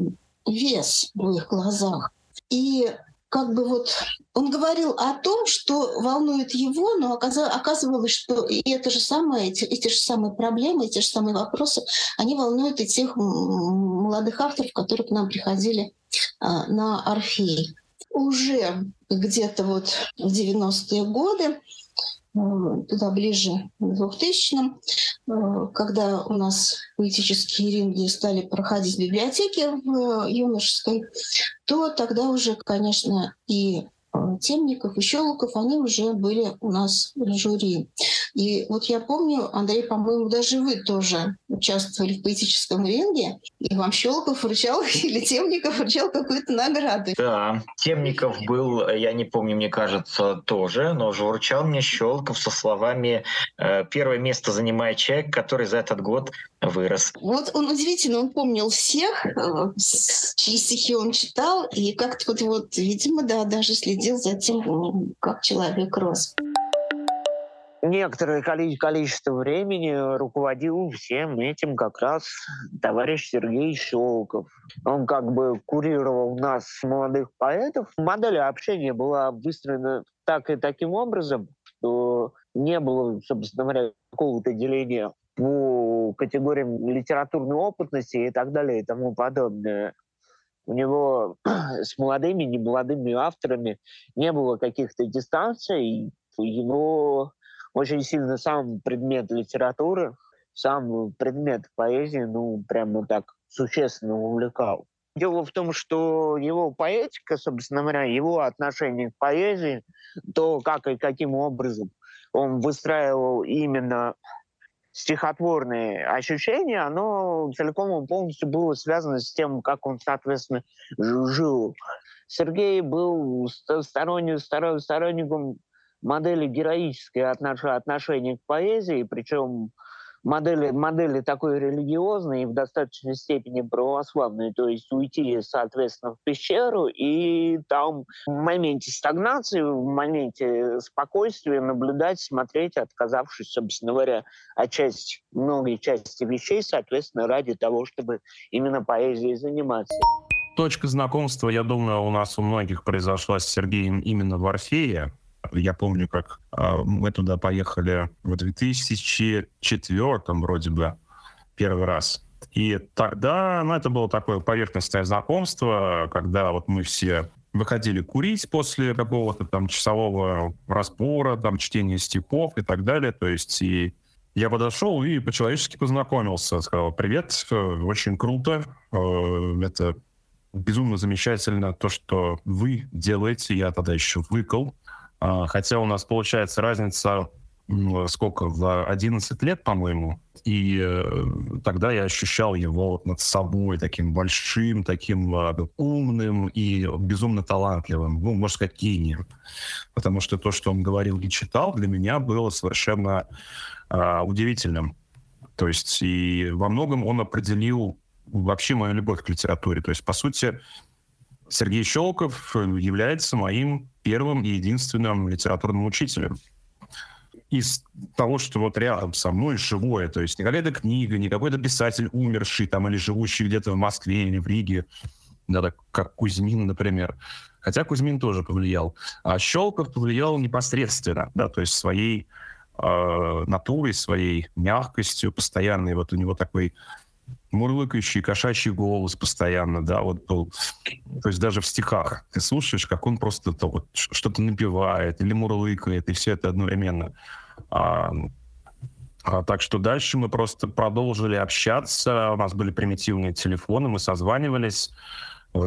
вес в их глазах. И как бы вот он говорил о том, что волнует его, но оказывалось, что и эти же самые проблемы, эти же самые вопросы, они волнуют и тех молодых авторов, которые к нам приходили на Орфей. Уже где-то вот в 90-е годы, туда ближе к 2000-м, когда у нас поэтические ринги стали проходить в библиотеке в юношеской, то тогда уже, конечно, и Темников, и Щелоков, они уже были у нас в жюри. И вот я помню, Андрей, по-моему, даже вы тоже участвовали в поэтическом ринге, и вам Щелоков вручал, или Темников вручал какую-то награду. Да, Темников был, я не помню, мне кажется, тоже, но уже вручал мне Щелоков со словами «Первое место занимает человек, который за этот год вырос». Вот он удивительно, он помнил всех, чьи стихи он читал, и как-то вот видимо, да, даже следил за тем, как человек рос. Некоторое количество времени руководил всем этим как раз товарищ Сергей Щелоков. Он как бы курировал нас, молодых поэтов. Модель общения была выстроена таким образом, что не было, собственно говоря, какого-то деления по категориям литературной опытности и так далее и тому подобное. У него с молодыми, немолодыми авторами не было каких-то дистанций. Его очень сильно сам предмет литературы, сам предмет поэзии, прямо так существенно увлекал. Дело в том, что его поэтика, собственно говоря, его отношение к поэзии, то, как и каким образом он выстраивал именно стихотворные ощущения, оно целиком и полностью было связано с тем, как он, соответственно, жил. Сергей был сторонником модели героическое отношение к поэзии, причем модели такой религиозной и в достаточной степени православной, то есть уйти, соответственно, в пещеру и там в моменте стагнации, в моменте спокойствия наблюдать, смотреть, отказавшись, собственно говоря, от многой части вещей, соответственно, ради того, чтобы именно поэзией заниматься. Точка знакомства, я думаю, у нас у многих произошла с Сергеем именно в Орфее. Я помню, как мы туда поехали в 2004-м, вроде бы, первый раз. И тогда, это было такое поверхностное знакомство, когда вот мы все выходили курить после какого-то там часового разбора, там чтения стихов и так далее. То есть и я подошел и по-человечески познакомился. Сказал: «Привет, очень круто, это безумно замечательно то, что вы делаете». Я тогда еще выкал. Хотя у нас получается разница, в 11 лет, по-моему. И тогда я ощущал его над собой таким большим, таким умным и безумно талантливым. Можно сказать, гением. Потому что то, что он говорил и читал, для меня было совершенно удивительным. То есть и во многом он определил вообще мою любовь к литературе. То есть, по сути, Сергей Щелоков является моим первым и единственным литературным учителем. Из того, что вот рядом со мной живое, то есть не какая-то книга, не какой-то писатель умерший там или живущий где-то в Москве или в Риге, да, как Кузьмин, например. Хотя Кузьмин тоже повлиял. А Щелоков повлиял непосредственно, да, то есть своей натурой, своей мягкостью постоянной. Вот у него такой мурлыкающий кошачий голос постоянно, да, вот был. То есть даже в стихах ты слушаешь, как он просто что-то напевает или мурлыкает, и все это одновременно. Так что дальше мы просто продолжили общаться, у нас были примитивные телефоны, мы созванивались. В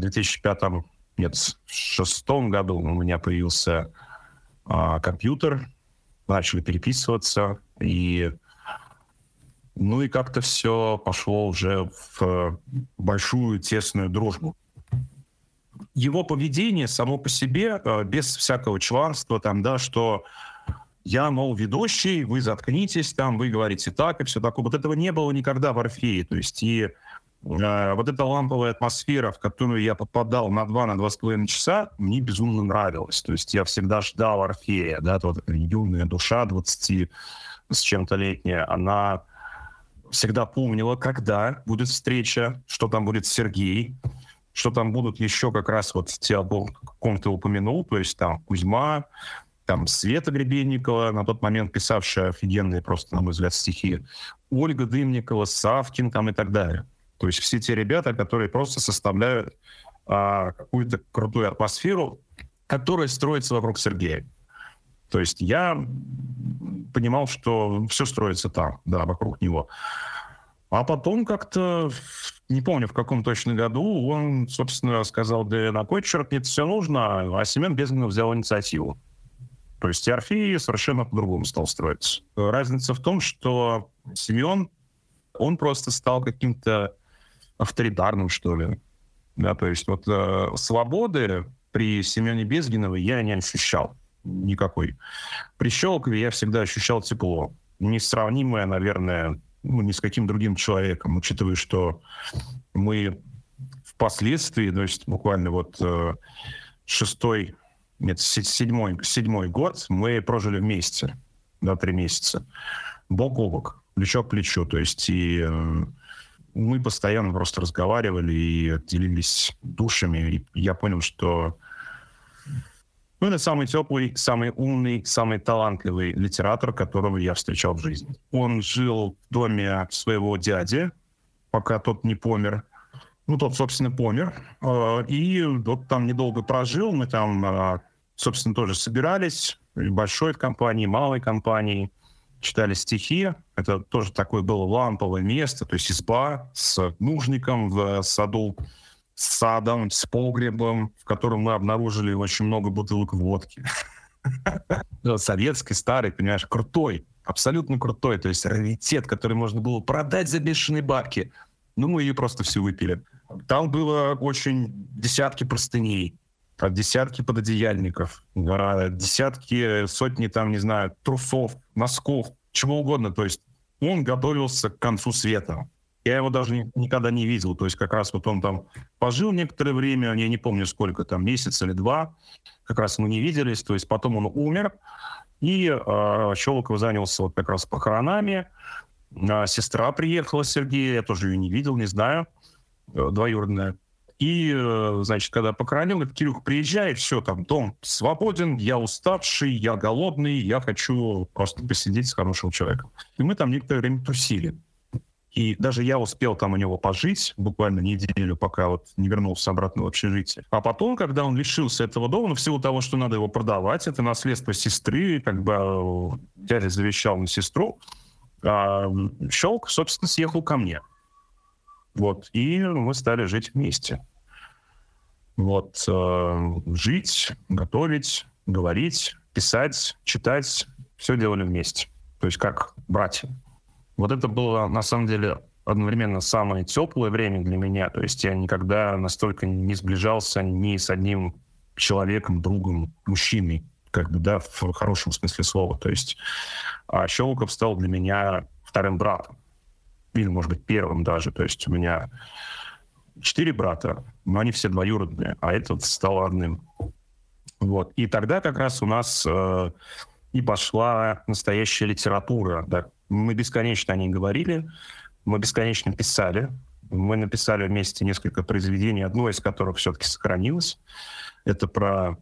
2006 году у меня появился компьютер, начали переписываться, и Ну и как-то все пошло уже в большую тесную дружбу. Его поведение само по себе, без всякого чванства, там, да, что я, мол, ведущий, вы заткнитесь, там, вы говорите так и все такое. Вот этого не было никогда в Орфее. То есть и вот эта ламповая атмосфера, в которую я попадал на 2-2,5 часа, мне безумно нравилась. То есть я всегда ждал Орфея, да, вот эта юная душа 20 с чем-то летняя, она всегда помнила, когда будет встреча, что там будет Сергей, что там будут еще как раз вот те, о ком ты упомянул, то есть там Кузьма, там Света Гребенникова, на тот момент писавшая офигенные просто, на мой взгляд, стихи, Ольга Дымникова, Савкин там и так далее. То есть все те ребята, которые просто составляют какую-то крутую атмосферу, которая строится вокруг Сергея. То есть я понимал, что все строится там, да, вокруг него. А потом как-то, не помню в каком точно году, он, собственно, сказал, да на кой черт мне это все нужно, а Семен Безгинов взял инициативу. То есть Орфей совершенно по-другому стал строиться. Разница в том, что Семен, он просто стал каким-то авторитарным, что ли. Да, то есть вот свободы при Семене Безгинове я не ощущал никакой. При Щелокове я всегда ощущал тепло. Несравнимое, наверное, ни с каким другим человеком, учитывая, что мы впоследствии, то есть буквально вот седьмой год мы прожили вместе, да, 3 месяца, бок о бок, плечо к плечу, то есть и мы постоянно просто разговаривали и делились душами, и я понял, что это самый теплый, самый умный, самый талантливый литератор, которого я встречал в жизни. Он жил в доме своего дяди, пока тот не помер. Ну, тот, собственно, помер. И вот там недолго прожил. Мы там, собственно, тоже собирались. В большой компании, малой компании. Читали стихи. Это тоже такое было ламповое место. То есть изба с нужником в саду, с садом, с погребом, в котором мы обнаружили очень много бутылок водки. Советской, старой, понимаешь, крутой, абсолютно крутой. То есть раритет, который можно было продать за бешеные бабки. Ну, мы ее просто всю выпили. Там было очень десятки простыней, десятки пододеяльников, десятки, сотни, там, не знаю, трусов, носков, чего угодно. То есть он готовился к концу света. Я его даже никогда не видел. То есть как раз вот он там пожил некоторое время, я не помню сколько, там месяц или 2, как раз мы не виделись. То есть потом он умер, и Щелоков занялся вот как раз похоронами. Сестра приехала, Сергея, я тоже ее не видел, не знаю, двоюродная. И, значит, когда похоронил, говорит, Кирюха, приезжай, все, там, дом свободен, я уставший, я голодный, я хочу просто посидеть с хорошим человеком. И мы там некоторое время тусили. И даже я успел там у него пожить буквально неделю, пока вот не вернулся обратно в общежитие. А потом, когда он лишился этого дома, ну, в силу того, что надо его продавать, это наследство сестры, как бы дядя завещал на сестру, Щелк, собственно, съехал ко мне. Вот. И мы стали жить вместе. Вот. Жить, готовить, говорить, писать, читать. Все делали вместе. То есть как братья. Вот это было, на самом деле, одновременно самое теплое время для меня. То есть я никогда настолько не сближался ни с одним человеком, другом, мужчиной, как бы, да, в хорошем смысле слова. То есть Щелоков стал для меня вторым братом. Или, может быть, первым даже. То есть у меня 4 брата, но они все двоюродные, а этот стал одним. Вот. И тогда как раз у нас и пошла настоящая литература, да. Мы бесконечно о ней говорили, мы бесконечно писали. Мы написали вместе несколько произведений, одно из которых все-таки сохранилось. Это про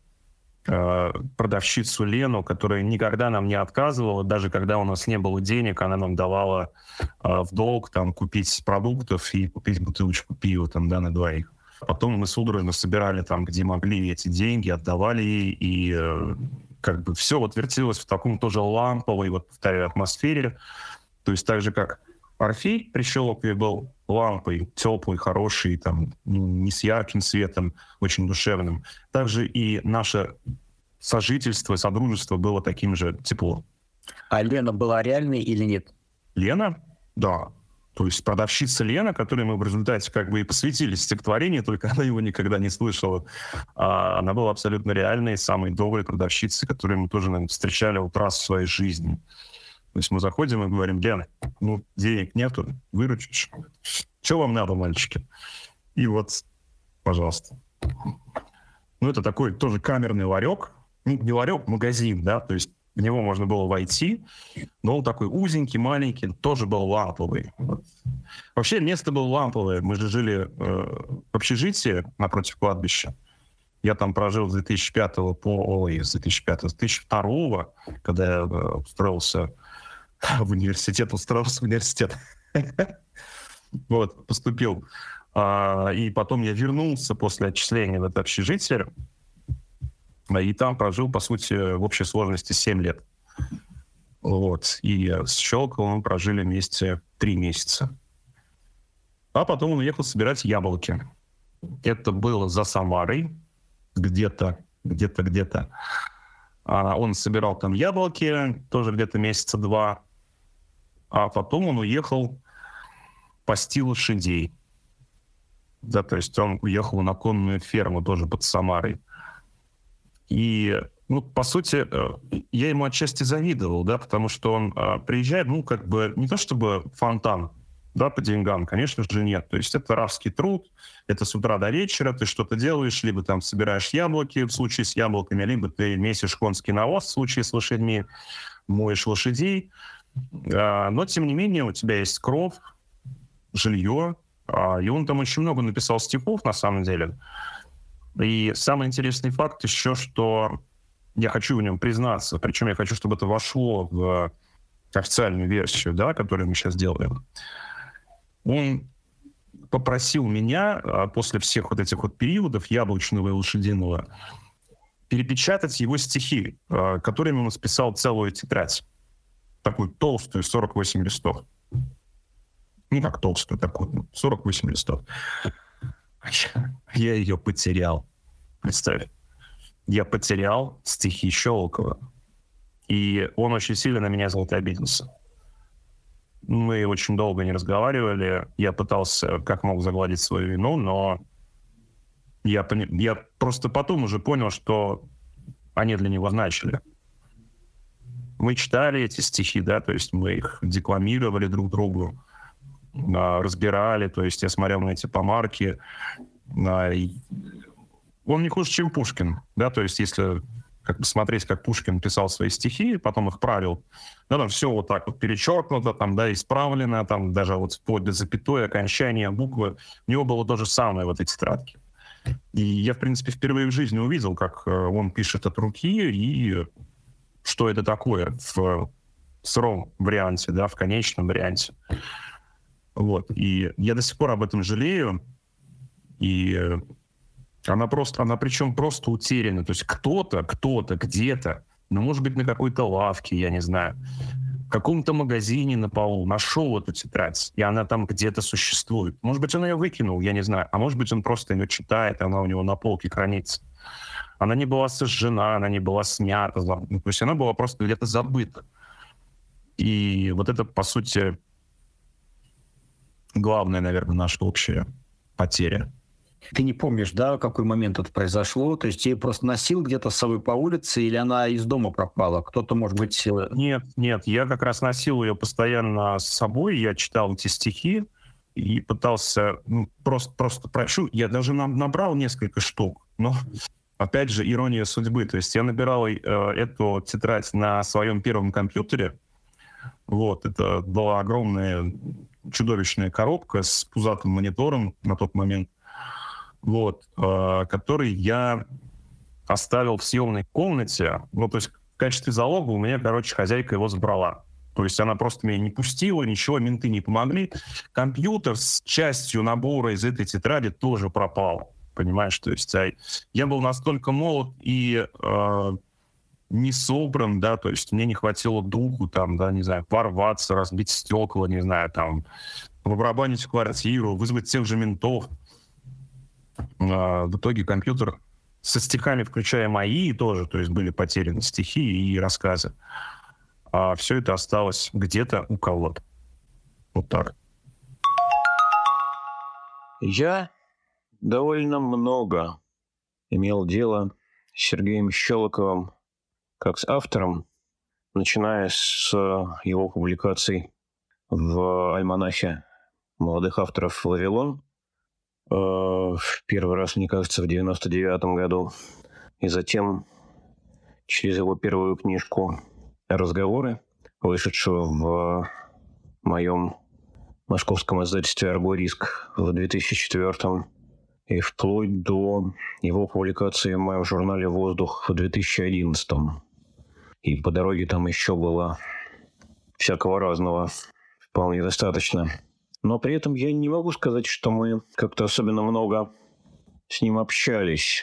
продавщицу Лену, которая никогда нам не отказывала, даже когда у нас не было денег, она нам давала в долг там, купить продуктов и купить бутылочку пива там, да, на двоих. Потом мы судорожно собирали там, где могли, эти деньги, отдавали ей, и как бы все вот вертелось в таком тоже ламповой, вот, повторяю, атмосфере. То есть так же, как Орфей при Щелокове был лампой, теплый, хороший, там, не с ярким светом, очень душевным. Также и наше сожительство, содружество было таким же тепло. А Лена была реальной или нет? Лена? Да. То есть продавщица Лена, которой мы в результате как бы и посвятили стихотворение, только она его никогда не слышала. Она была абсолютно реальной, самой доброй продавщицей, которую мы тоже, наверное, встречали вот раз в своей жизни. То есть мы заходим и говорим: Лена, ну, денег нету, выручишь. Что вам надо, мальчики? И вот, пожалуйста. Ну, это такой тоже камерный ларек. Ну, не ларек, магазин, да, то есть в него можно было войти, но он такой узенький, маленький, тоже был ламповый. Вот. Вообще место было ламповое. Мы же жили в общежитии напротив кладбища. Я там прожил с 2005 с 2002, когда я устроился в университет. Вот, поступил. И потом я вернулся после отчисления в это общежитие. И там прожил, по сути, в общей сложности 7 лет. Вот. И с Щелковым прожили вместе 3 месяца. А потом он уехал собирать яблоки. Это было за Самарой. Где-то. Он собирал там яблоки, тоже где-то месяца 2. А потом он уехал пасти лошадей. Да, то есть он уехал на конную ферму тоже под Самарой. И, ну, по сути, я ему отчасти завидовал, да, потому что он приезжает, ну, как бы, не то чтобы фонтан, да, по деньгам, конечно же, нет. То есть это рабский труд, это с утра до вечера, ты что-то делаешь, либо там собираешь яблоки в случае с яблоками, либо ты месишь конский навоз в случае с лошадьми, моешь лошадей. Но, тем не менее, у тебя есть кров, жилье, и он там очень много написал стихов, на самом деле. И самый интересный факт еще, что я хочу в нем признаться, причем я хочу, чтобы это вошло в официальную версию, да, которую мы сейчас делаем. Он попросил меня после всех вот этих вот периодов яблочного и лошадиного перепечатать его стихи, которыми он списал целую тетрадь. Такую толстую, 48 листов. Ну, как толстую такую, 48 листов. Я ее потерял. Представь. Я потерял стихи Щелокова. И он очень сильно на меня за это обиделся. Мы очень долго не разговаривали. Я пытался как мог загладить свою вину, но я просто потом уже понял, что они для него значили. Мы читали эти стихи, да, то есть мы их декламировали друг другу, разбирали, то есть я смотрел на эти помарки. Он не хуже, чем Пушкин, да, то есть если как бы смотреть, как Пушкин писал свои стихи, потом их правил, да, там все вот так вот перечеркнуто, там, да, исправлено, там даже вот вплоть до запятой, окончания, буквы, у него было то же самое в этой тетрадке. И я, в принципе, впервые в жизни увидел, как он пишет от руки, и что это такое в сыром варианте, да, в конечном варианте. Вот. И я до сих пор об этом жалею. И она причем просто утеряна. То есть кто-то, где-то, ну, может быть, на какой-то лавке, я не знаю, в каком-то магазине на полу нашел эту тетрадь, и она там где-то существует. Может быть, он ее выкинул, я не знаю. А может быть, он просто ее читает, и она у него на полке хранится. Она не была сожжена, она не была снята. То есть она была просто где-то забыта. И вот это, по сути, главная, наверное, наша общая потеря. Ты не помнишь, да, в какой момент это произошло? То есть ты ее просто носил где-то с собой по улице, или она из дома пропала? Кто-то, может быть... Нет, я как раз носил ее постоянно с собой, я читал эти стихи и пытался просто прочу. Я даже набрал несколько штук, но, опять же, ирония судьбы. То есть я набирал эту тетрадь на своем первом компьютере. Вот, это была огромная, чудовищная коробка с пузатым монитором на тот момент. Вот, который я оставил в съемной комнате. Ну, то есть в качестве залога у меня, хозяйка его забрала. То есть она просто меня не пустила, ничего, менты не помогли. Компьютер с частью набора из этой тетради тоже пропал. Понимаешь, то есть я был настолько молод и не собран, да, то есть мне не хватило духу, там, да, не знаю, ворваться, разбить стекла, не знаю, там, побарабанить в квартиру, вызвать тех же ментов. В итоге компьютер со стихами, включая мои, тоже, то есть были потеряны стихи и рассказы. А все это осталось где-то у кого-то. Вот так. Я довольно много имел дело с Сергеем Щелоковым как с автором, начиная с его публикаций в альманахе молодых авторов «Вавилон». Первый раз, мне кажется, в 99-м году. И затем через его первую книжку «Разговоры», вышедшую в моем московском издательстве «Арго-Риск» в 2004-м, и вплоть до его публикации в моем журнале «Воздух» в 2011-м. И по дороге там еще было всякого разного вполне достаточно. Но при этом я не могу сказать, что мы как-то особенно много с ним общались.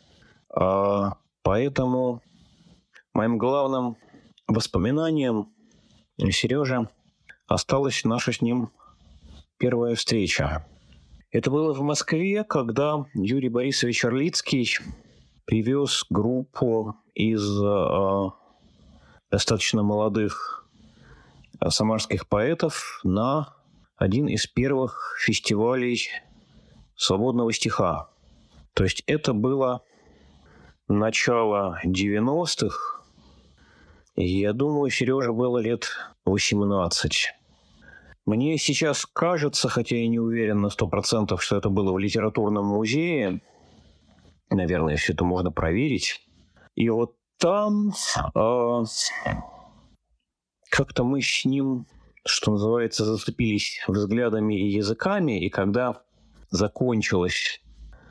Поэтому моим главным воспоминанием Сережа осталась наша с ним первая встреча. Это было в Москве, когда Юрий Борисович Орлицкий привез группу из достаточно молодых самарских поэтов на один из первых фестивалей свободного стиха. То есть это было начало 90-х, и я думаю, Сереже было лет 18. Мне сейчас кажется, хотя я не уверен на 100%, что это было в литературном музее. Наверное, все это можно проверить. И вот там как-то мы с ним, что называется, зацепились взглядами и языками. И когда закончилась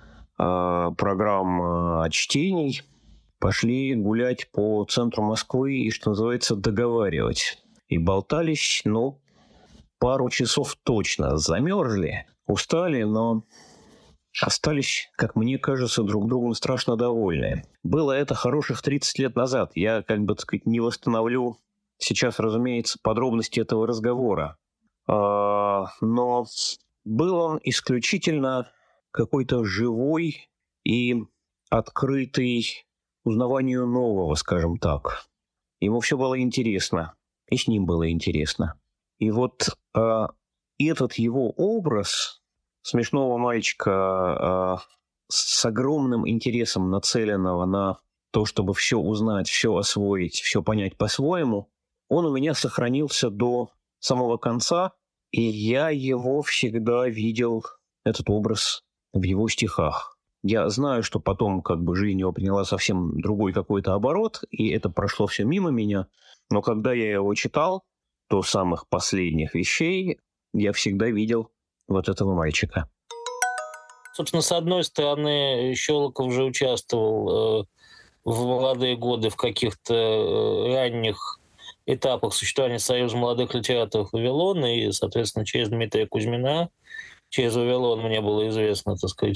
программа чтений, пошли гулять по центру Москвы и, что называется, договаривать. И болтались, пару часов точно. Замерзли, устали, но остались, как мне кажется, друг другом страшно довольны. Было это хороших 30 лет назад. Я, не восстановлю сейчас, разумеется, подробности этого разговора. Но был он исключительно какой-то живой и открытый узнаванию нового, скажем так. Ему все было интересно, и с ним было интересно. И вот этот его образ смешного мальчика с огромным интересом, нацеленного на то, чтобы все узнать, все освоить, все понять по-своему, он у меня сохранился до самого конца, и я его всегда видел, этот образ, в его стихах. Я знаю, что потом жизнь его приняла совсем другой какой-то оборот, и это прошло все мимо меня, но когда я его читал, до самых последних вещей, я всегда видел вот этого мальчика. Собственно, с одной стороны, Щелоков уже участвовал в молодые годы в каких-то ранних этапах существования Союза молодых литераторов «Вавилон», и, соответственно, через Дмитрия Кузьмина, через «Вавилон» мне было известно,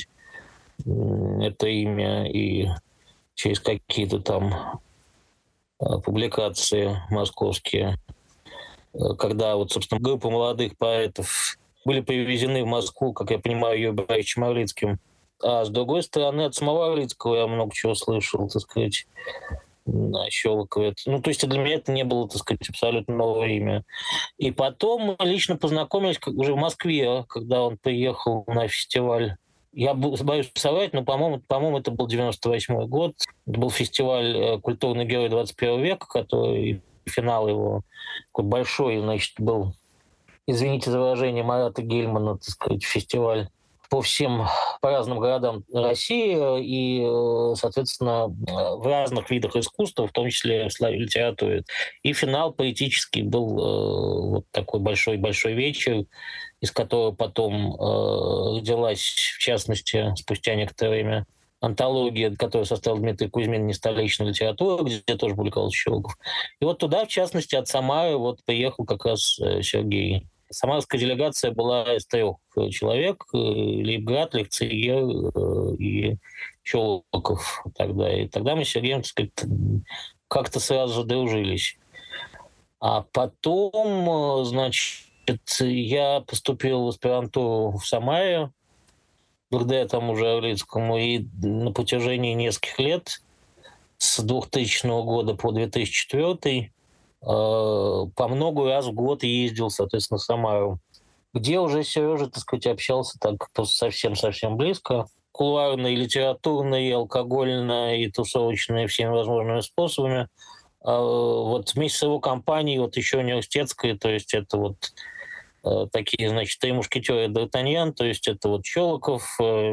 это имя, и через какие-то там публикации московские, когда собственно, группа молодых поэтов были привезены в Москву, как я понимаю, Юрием Борисовичем Орлицким. А с другой стороны, от самого Орлицкого я много чего слышал, о Щелокове. То есть для меня это не было, абсолютно новое имя. И потом мы лично познакомились уже в Москве, когда он приехал на фестиваль. Я боюсь соврать, но, по-моему, это был 98-й год. Это был фестиваль «Культурный герой 21 века», который финал его такой большой, был, извините за выражение, Марата Гельмана, фестиваль по разным городам России и, соответственно, в разных видах искусства, в том числе в литературе. И финал поэтический был такой большой вечер, из которого потом родилась, в частности, спустя некоторое время, антология, которую составил Дмитрий Кузьмин, «Нестоличная литература», где тоже публиковался Щелоков. И вот туда, в частности, от Самары приехал как раз Сергей. Самарская делегация была из 3 человек: Лейбград, Лейпцигер и Щелоков тогда. И тогда мы с Сергеем, как-то сразу задружились. А потом, я поступил в аспирантуру в Самаре, благодаря тому же Орлицкому, и на протяжении нескольких лет, с 2000 года по 2004, по много раз в год ездил, соответственно, в Самару, где уже Сережа, так сказать, общался так совсем-совсем близко. Кулуарно, и литературно, и алкогольно, и тусовочно, и всеми возможными способами. Вот вместе с его компанией, вот еще университетской, то есть это вот такие, значит, 3 мушкетера Д'Артаньян, то есть это вот Щелоков,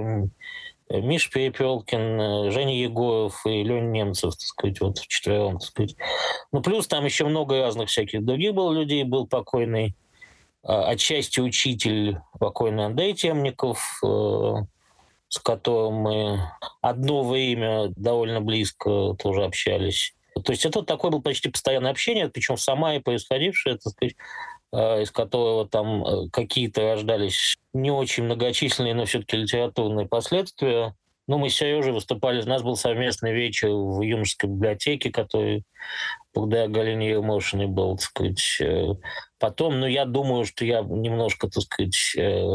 Миша Перепелкин, Женя Егоров и Леня Немцев, так сказать, вот вчетвером, так сказать. Ну, плюс там еще много разных всяких других было людей, был покойный, отчасти учитель, покойный Андрей Темников, с которым мы одно время довольно близко тоже общались. То есть это такое было почти постоянное общение, причем в Самаре происходившее, так сказать, из которого там какие-то рождались не очень многочисленные, но все-таки литературные последствия. Ну, мы с Сережей выступали, у нас был совместный вечер в юношеской библиотеке, который благодаря Галине Ермошиной был, так сказать. Потом, я думаю, что я немножко, так сказать,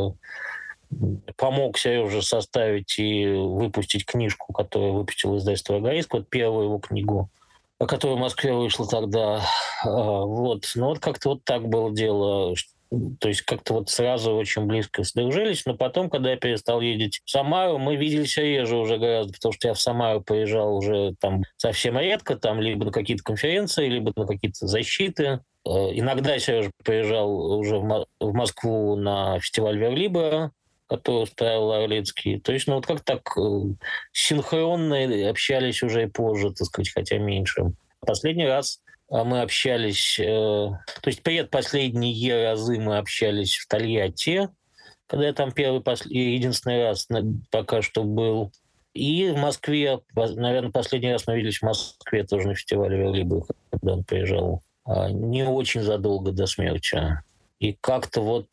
помог Сереже составить и выпустить книжку, которую выпустил издательство «Эгоист», вот первую его книгу, которая в Москве вышла тогда. Вот. Ну, вот как-то вот так было дело. То есть как-то вот сразу очень близко сдружились. Но потом, когда я перестал ездить в Самару, мы виделись реже уже гораздо, потому что я в Самару приезжал уже там совсем редко, там либо на какие-то конференции, либо на какие-то защиты. Иногда Сережа приезжал уже в Москву на фестиваль Верлибра, который устраивал Орлицкий. То есть, вот как так синхронно общались уже и позже, так сказать, хотя меньше. Последний раз мы общались, то есть предпоследние разы мы общались в Тольятти, когда я там первый и единственный раз пока что был. И в Москве, наверное, последний раз мы виделись в Москве тоже на фестивале Верлибра, когда он приезжал не очень задолго до смерти. И как-то вот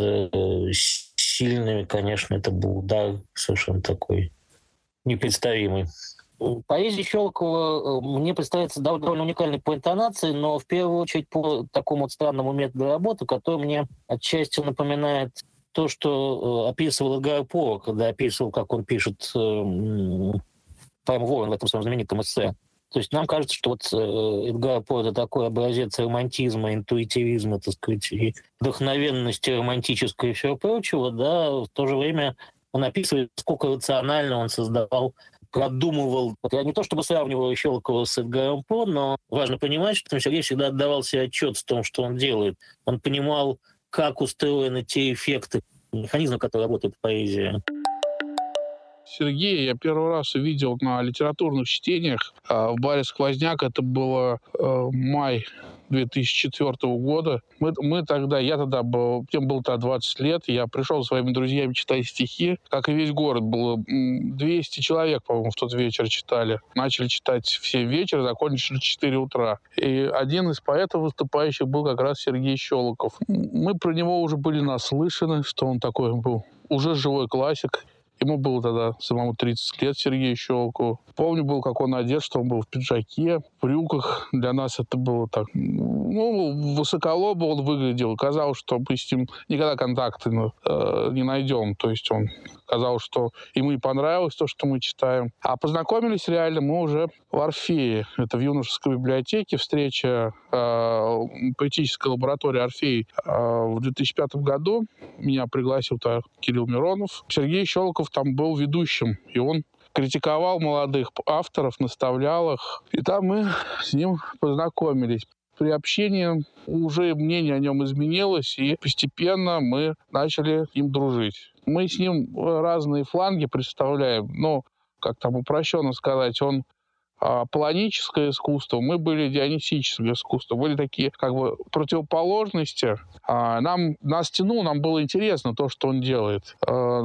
сильный, конечно, это был удар совершенно такой непредставимый. Поэзия Щелокова мне представляется довольно уникальной по интонации, но в первую очередь по такому вот странному методу работы, который мне отчасти напоминает то, что описывал Эдгар По, когда описывал, как он пишет поэму «Ворон» в этом своем знаменитом эссе. То есть нам кажется, что вот Эдгар По — это такой образец романтизма, интуитивизма, так сказать, и вдохновенности романтической и всего прочего, да, в то же время он описывает, сколько рационально он создавал, продумывал. Вот я не то чтобы сравнивал Щелокова с Эдгаром По, но важно понимать, что Сергей всегда отдавал себе отчет в том, что он делает. Он понимал, как устроены те эффекты, механизмы, которые работают в поэзии. Сергея я первый раз увидел на литературных чтениях в баре «Сквозняк». Это было май 2004 года. Я тогда был, мне было тогда 20 лет, я пришел со своими друзьями читать стихи, как и весь город. Было 200 человек, по-моему, в тот вечер читали. Начали читать в 7 вечера, закончили в 4 утра. И один из поэтов выступающих был как раз Сергей Щелоков. Мы про него уже были наслышаны, что он такой был уже живой классик. Ему было тогда самому 30 лет, Сергею Щелокову. Помню, как он одет, что он был в пиджаке, в брюках. Для нас это было так... высоколобо он выглядел. Казалось, что мы с ним никогда контакты не найдем. То есть он казалось, что ему и понравилось то, что мы читаем. А познакомились реально мы уже в Орфее. Это в юношеской библиотеке. Встреча поэтической лаборатории «Орфей» в 2005 году. Меня пригласил Кирилл Миронов. Сергей Щелоков там был ведущим, и он критиковал молодых авторов, наставлял их. И там мы с ним познакомились. При общении уже мнение о нем изменилось, и постепенно мы начали им дружить. Мы с ним разные фланги представляем, но, как там упрощенно сказать, он планическое искусство, мы были дионисическое искусство. Были такие как бы противоположности. Нас тянуло, нам было интересно то, что он делает.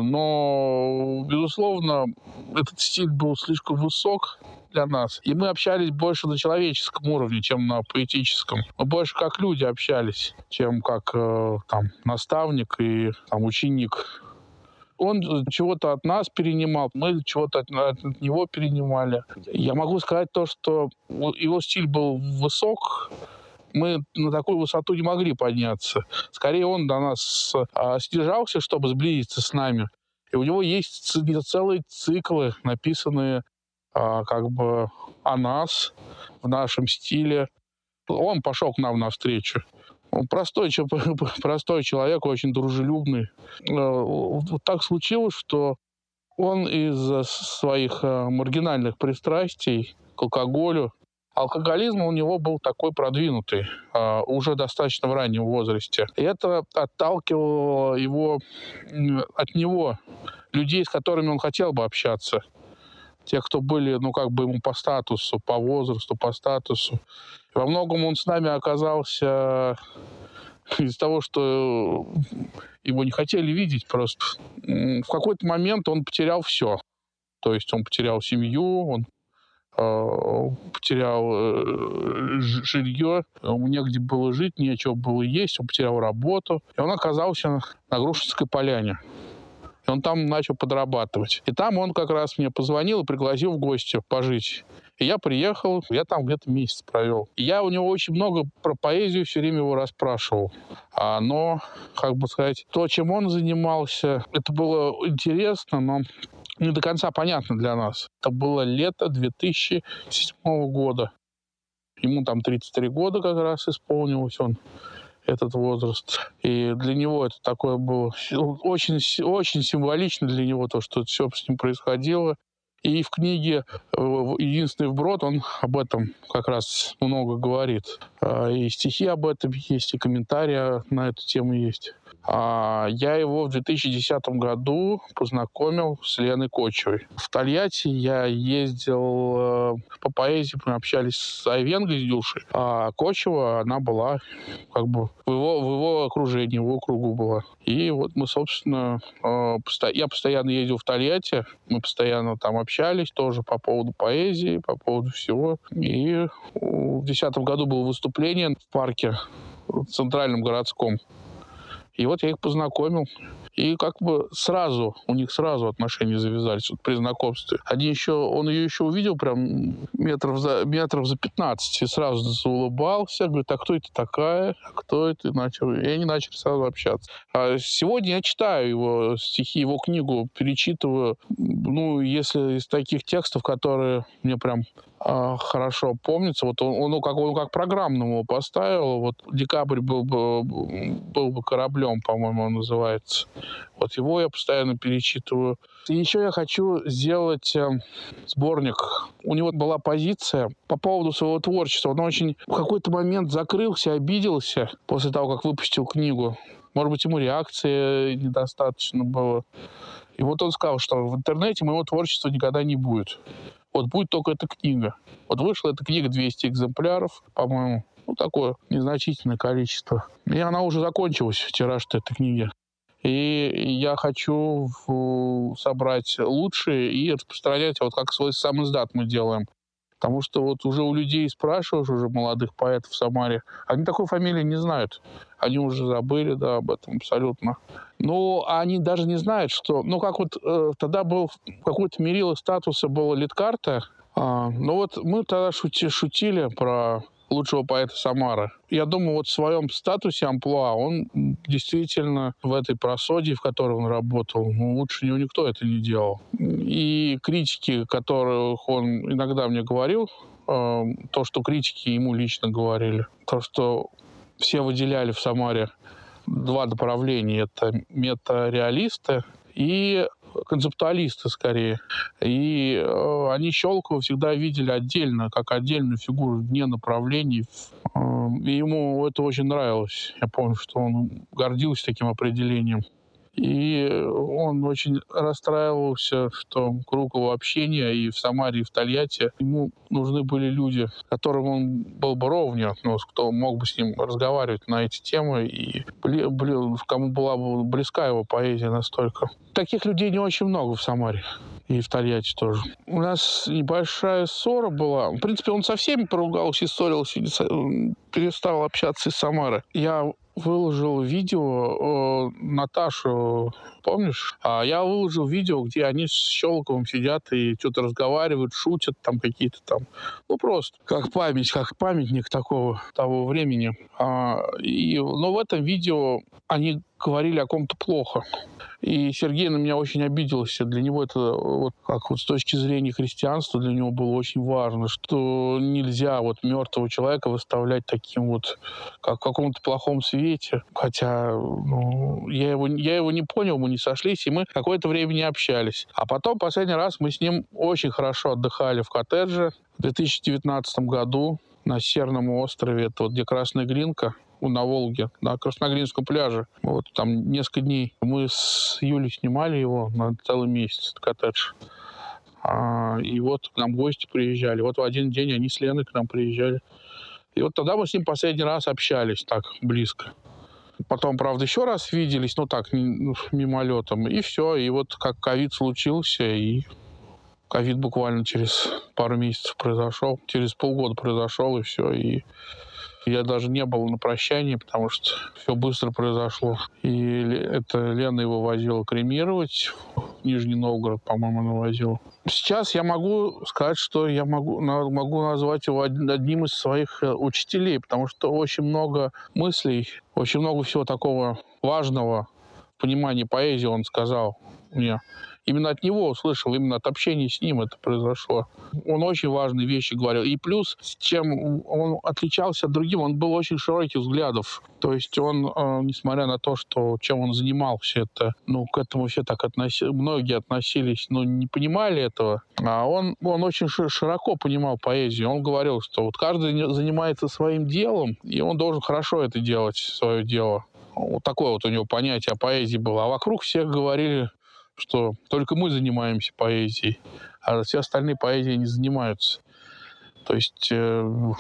Но, безусловно, этот стиль был слишком высок для нас. И мы общались больше на человеческом уровне, чем на поэтическом. Мы больше как люди общались, чем как наставник и ученик. Он чего-то от нас перенимал, мы чего-то от него перенимали. Я могу сказать то, что его стиль был высок, мы на такую высоту не могли подняться. Скорее, он до нас снижался, чтобы сблизиться с нами. И у него есть целые циклы, написанные о нас, в нашем стиле. Он пошел к нам навстречу. Он простой человек, очень дружелюбный. Вот так случилось, что он из-за своих маргинальных пристрастий к алкоголю, алкоголизм у него был такой продвинутый, уже достаточно в раннем возрасте. И это отталкивало от него людей, с которыми он хотел бы общаться. Те, кто были, ему по статусу, по возрасту, по статусу. И во многом он с нами оказался из-за того, что его не хотели видеть просто. В какой-то момент он потерял все. То есть он потерял семью, он потерял жилье, ему негде было жить, нечего было есть, он потерял работу. И он оказался на Грушинской поляне. И он там начал подрабатывать. И там он как раз мне позвонил и пригласил в гости пожить. И я приехал, я там где-то месяц провел. И я у него очень много про поэзию все время его расспрашивал. Но, то, чем он занимался, это было интересно, но не до конца понятно для нас. Это было лето 2007 года. Ему там 33 года как раз исполнилось этот возраст. И для него это такое было очень, очень символично для него, то, что все с ним происходило. И в книге «Единственный вброд» он об этом как раз много говорит. И стихи об этом есть, и комментарии на эту тему есть. Я его в 2010 году познакомил с Леной Кочевой. В Тольятти я ездил по поэзии, мы общались с Айвенгой, с Дюшей. А Кочева, она была в его окружении, в его кругу была. И вот мы, собственно, я постоянно ездил в Тольятти, мы постоянно там общались тоже по поводу поэзии, по поводу всего. И в 2010 году было выступление в парке, в Центральном городском. И вот я их познакомил. И у них сразу отношения завязались при знакомстве. Он ее еще увидел прям метров за 15 и сразу заулыбался. Говорит, а кто это такая? А кто это? И они начали сразу общаться. Сегодня я читаю его стихи, его книгу, перечитываю. Если из таких текстов, которые мне прям хорошо помнится, он как программному его поставил. Вот «Декабрь был бы кораблем», по-моему, он называется. Вот его я постоянно перечитываю. И еще я хочу сделать сборник. У него была позиция по поводу своего творчества. Он очень в какой-то момент закрылся, обиделся после того, как выпустил книгу. Может быть, ему реакции недостаточно было. И вот он сказал, что в интернете моего творчества никогда не будет. Вот будет только эта книга. Вот вышла эта книга, 200 экземпляров, по-моему. Такое незначительное количество. И она уже закончилась, тираж этой книги. И я хочу собрать лучшие и распространять, как свой сам издат мы делаем. Потому что уже у людей спрашиваешь, уже молодых поэтов в Самаре, они такой фамилии не знают. Они уже забыли, об этом абсолютно. Они даже не знают, что... тогда был какой-то мерило статуса, была литкарта. Мы тогда шутили про лучшего поэта Самары. Я думаю, в своем статусе амплуа он действительно в этой просодии, в которой он работал, лучше него никто это не делал. И критики, которых он иногда мне говорил, то, что критики ему лично говорили, то, что все выделяли в Самаре два направления. Это метареалисты и концептуалисты скорее. И они Щелокова всегда видели отдельно, как отдельную фигуру вне направлений. И ему это очень нравилось. Я помню, что он гордился таким определением. И он очень расстраивался, что круг его общения и в Самаре, и в Тольятти ему нужны были люди, которым он был бы ровнее, кто мог бы с ним разговаривать на эти темы, и кому была бы близка его поэзия настолько. Таких людей не очень много в Самаре. И в Тольятти тоже. У нас небольшая ссора была. В принципе, он со всеми поругался и ссорился, перестал общаться из Самары. Я выложил видео Наташу, помнишь? Я выложил видео, где они с Щелоковым сидят и что-то разговаривают, шутят там какие-то там. Ну, просто как память, как памятник того времени. Но в этом видео они говорили о ком-то плохо. И Сергей на меня очень обиделся. Для него это, вот как вот с точки зрения христианства, для него было очень важно, что нельзя вот мертвого человека выставлять таким вот, как в каком-то плохом свете. Хотя я его не понял, мы не сошлись, и мы какое-то время не общались. А потом, последний раз, мы с ним очень хорошо отдыхали в коттедже в 2019 году на Северном острове, это вот где Красная Глинка, на Волге, на Красногринском пляже. Вот там несколько дней. Мы с Юлей снимали его на целый месяц, коттедж. И вот к нам гости приезжали. Вот в один день они с Леной к нам приезжали. И вот тогда мы с ним последний раз общались так близко. Потом, правда, еще раз виделись, так, мимолетом, и все. И вот как ковид случился, и ковид буквально через пару месяцев произошел, через полгода произошел, и все. И я даже не был на прощании, потому что все быстро произошло. И это Лена его возила кремировать. В Нижний Новгород, по-моему, она возила. Сейчас я могу сказать, что я могу назвать его одним из своих учителей, потому что очень много мыслей, очень много всего такого важного в понимании поэзии он сказал мне. Именно от него услышал, именно от общения с ним это произошло. Он очень важные вещи говорил. И плюс, чем он отличался от других, он был очень широких взглядов. То есть он, несмотря на то, что чем он занимался, это, к этому все так многие относились, не понимали этого. А он очень широко понимал поэзию. Он говорил, что вот каждый занимается своим делом, и он должен хорошо это делать, свое дело. Вот такое вот у него понятие о поэзии было. А вокруг всех говорили, что только мы занимаемся поэзией, а все остальные поэзией не занимаются. То есть 90%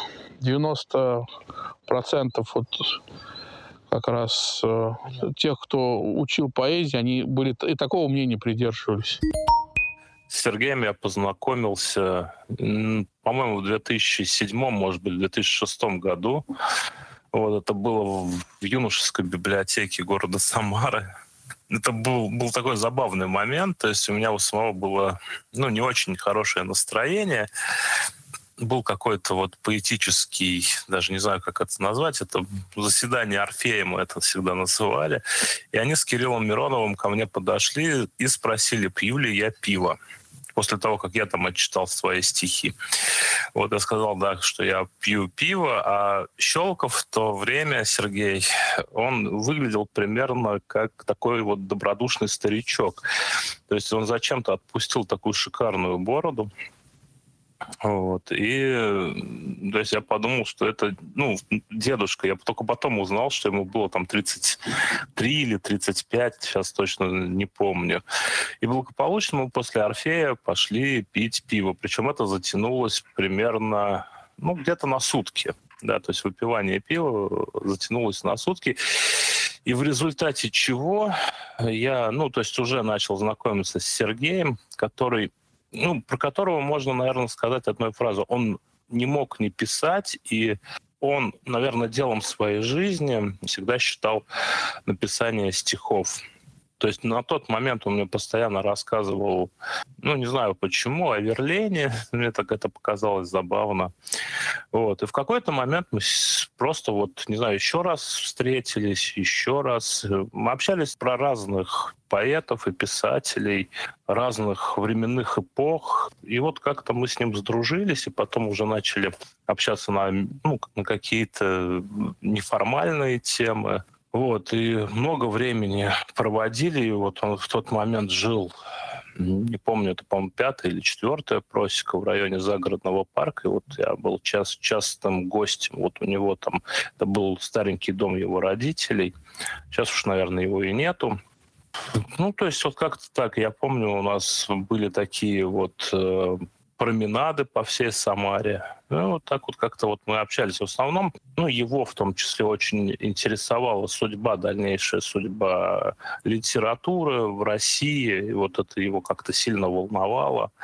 вот как раз тех, кто учил поэзии, они были и такого мнения придерживались. С Сергеем я познакомился, по-моему, в 2007, может быть, в 2006 году. Вот это было в юношеской библиотеке города Самары. Это был такой забавный момент, то есть у меня у самого было, не очень хорошее настроение. Был какой-то вот поэтический, даже не знаю, как это назвать, это заседание Орфея, мы это всегда называли. И они с Кириллом Мироновым ко мне подошли и спросили, пью ли я пиво. После того, как я там отчитал свои стихи. Вот я сказал, да, что я пью пиво, а Щелоков в то время, Сергей, он выглядел примерно как такой вот добродушный старичок. То есть он зачем-то отпустил такую шикарную бороду. Вот. И то есть я подумал, что это дедушка. Я только потом узнал, что ему было там 33 или 35, сейчас точно не помню. И благополучно мы после Орфея пошли пить пиво. Причем это затянулось примерно где-то на сутки. Да, то есть выпивание пива затянулось на сутки. И в результате чего я, то есть уже начал знакомиться с Сергеем, который... про которого можно, наверное, сказать одной фразой. Он не мог не писать, и он, наверное, делом своей жизни всегда считал написание стихов. То есть на тот момент он мне постоянно рассказывал, не знаю почему, о Верлене. Мне так это показалось забавно. Вот. И в какой-то момент мы просто еще раз встретились, еще раз. Мы общались про разных поэтов и писателей разных временных эпох. И вот как-то мы с ним сдружились, и потом уже начали общаться на какие-то неформальные темы. Вот, и много времени проводили, и вот он в тот момент жил, не помню, это, по-моему, 5-я или 4-я просека в районе загородного парка, и вот я был частым гостем, вот у него там, это был старенький дом его родителей, сейчас уж, наверное, его и нету. То есть вот как-то так, я помню, у нас были такие вот променады по всей Самаре. Вот так вот как-то мы общались. В основном, его в том числе очень интересовала дальнейшая судьба литературы в России. И вот это его как-то сильно волновало.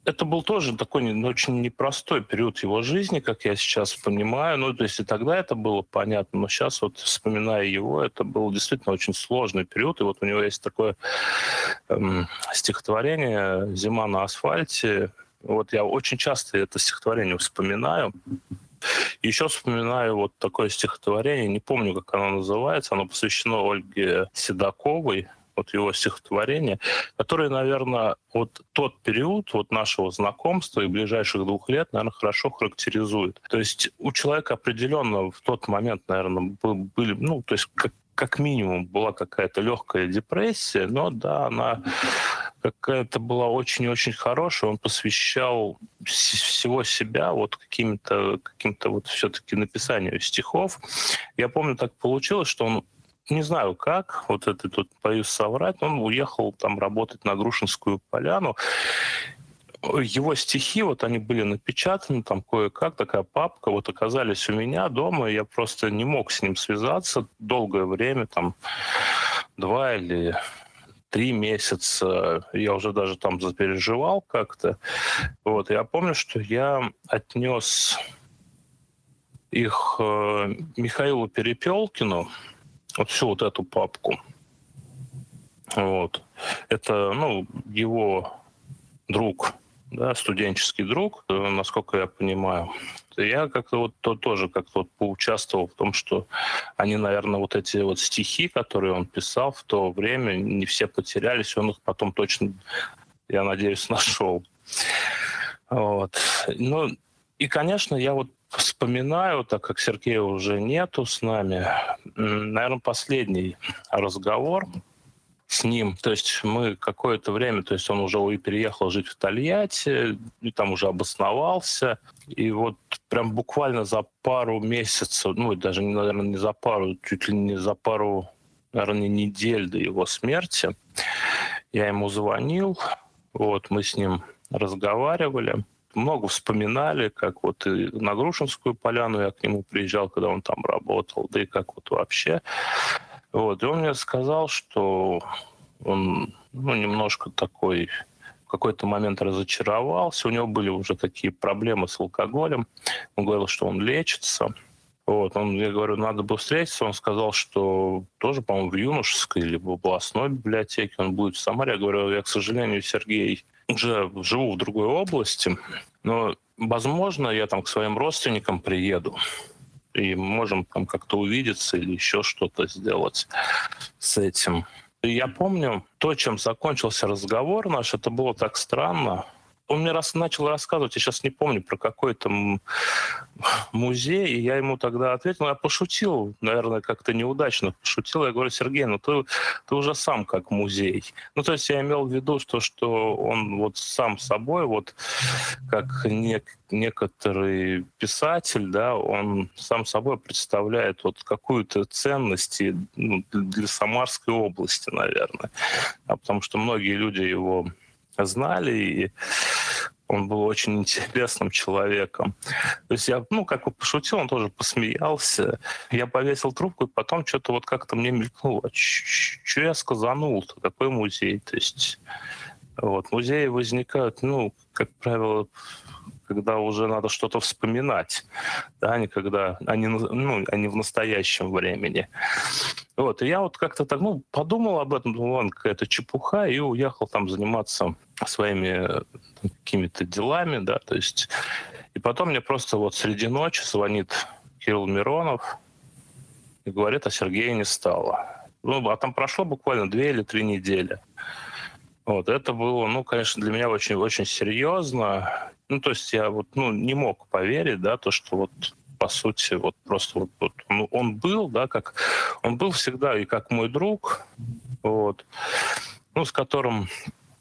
это был тоже такой очень непростой период его жизни, как я сейчас понимаю. Ну, то есть и тогда это было понятно, но сейчас вот, вспоминая его, это был действительно очень сложный период. И вот у него есть такое стихотворение «Зима на асфальте». Вот я очень часто это стихотворение вспоминаю. Еще вспоминаю вот такое стихотворение, не помню, как оно называется, оно посвящено Ольге Седоковой, вот его стихотворение, которое, наверное, вот тот период вот нашего знакомства и ближайших 2 лет, наверное, хорошо характеризует. То есть у человека определенно в тот момент, наверное, были, ну, то есть как минимум была какая-то легкая депрессия, но да, она какая-то была очень-очень хорошая. Он посвящал всего себя вот каким-то вот все-таки написанию стихов. Я помню, так получилось, что он, не знаю как, вот это тут боюсь соврать, он уехал там работать на Грушинскую поляну. Его стихи, вот они были напечатаны там кое-как, такая папка, вот оказались у меня дома, и я просто не мог с ним связаться долгое время, там 2 или 3 месяца. Я уже даже там запереживал как-то. Вот, я помню, что я отнес их Михаилу Перепелкину, вот всю вот эту папку. Вот. Это, ну, его друг, да, студенческий друг, насколько я понимаю. Я как-то вот тоже как-то вот поучаствовал в том, что они, наверное, вот эти вот стихи, которые он писал в то время, не все потерялись, он их потом точно, я надеюсь, нашел. Вот. Ну, и, конечно, я вот вспоминаю, так как Сергея уже нету с нами, наверное, последний разговор с ним. То есть мы какое-то время, то есть он уже переехал жить в Тольятти, и там уже обосновался. И вот прям буквально за пару месяцев, ну, даже, наверное, не за пару, чуть ли не за пару, наверное, недель до его смерти, я ему звонил, вот, мы с ним разговаривали. Много вспоминали, как вот и на Грушинскую поляну я к нему приезжал, когда он там работал, да и как вот вообще. Вот, и он мне сказал, что он, ну, немножко такой в какой-то момент разочаровался, у него были уже такие проблемы с алкоголем, он говорил, что он лечится. Вот, я говорю, надо бы встретиться, он сказал, что тоже, по-моему, в Юношеской или в областной библиотеке он будет в Самаре. Я говорю, я, к сожалению, Сергей, уже живу в другой области, но, возможно, я там к своим родственникам приеду, и можем там как-то увидеться или еще что-то сделать с этим. И я помню, то, чем закончился разговор наш, это было так странно. Он мне начал рассказывать, я сейчас не помню, про какой-то музей, и я ему тогда ответил, я пошутил, наверное, как-то неудачно пошутил. Я говорю, Сергей, ну ты уже сам как музей. Ну, то есть я имел в виду, что он вот сам собой, вот как некоторый писатель, да, он сам собой представляет вот какую-то ценность для Самарской области, наверное. Потому что многие люди его знали, и он был очень интересным человеком. То есть я, как бы пошутил, он тоже посмеялся. Я повесил трубку, и потом что-то вот как-то мне мелькнуло. Что я сказанул-то? Какой музей? То есть вот, музеи возникают, как правило, когда уже надо что-то вспоминать, да, не в настоящем времени. Вот, и я вот как-то так, подумал об этом, думал, ладно, какая-то чепуха, и уехал там заниматься своими какими-то делами, да, то есть. И потом мне просто вот среди ночи звонит Кирилл Миронов и говорит, а Сергея не стало. А там прошло буквально 2 или 3 недели. Вот, это было, конечно, для меня очень-очень серьезно. То есть я вот, не мог поверить, да, то, что вот, по сути, вот просто вот он был, да, как он был всегда и как мой друг, вот, с которым,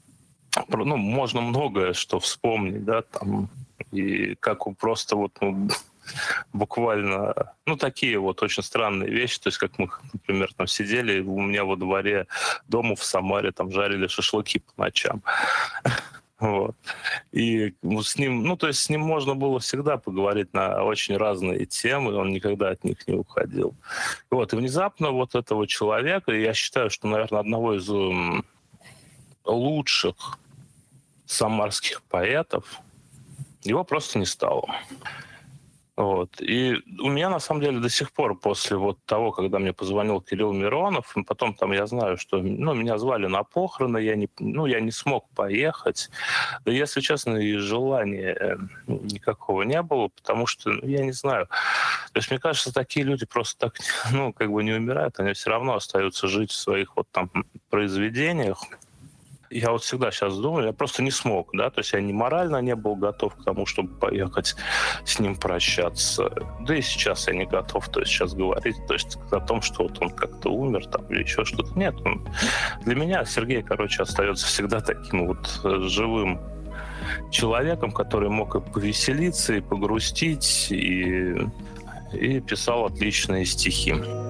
можно многое что вспомнить, да, там, и как он просто вот, буквально, такие вот очень странные вещи, то есть как мы, например, там сидели у меня во дворе дома в Самаре, там жарили шашлыки по ночам. Вот. И с ним, с ним можно было всегда поговорить на очень разные темы, он никогда от них не уходил. Вот. И внезапно вот этого человека, я считаю, что, наверное, одного из лучших самарских поэтов, его просто не стало. Вот. И у меня, на самом деле, до сих пор, после вот того, когда мне позвонил Кирилл Миронов, и потом там я знаю, что меня звали на похороны, я не смог поехать. Да, если честно, и желания никакого не было, потому что, я не знаю. То есть, мне кажется, такие люди просто так, не умирают, они все равно остаются жить в своих вот там произведениях. Я вот всегда сейчас думаю, я просто не смог, да, то есть я морально не был готов к тому, чтобы поехать с ним прощаться. Да и сейчас я не готов, то есть сейчас говорить, то есть о том, что вот он как-то умер там или еще что-то. Нет, для меня Сергей, остается всегда таким вот живым человеком, который мог и повеселиться, и погрустить, и писал отличные стихи.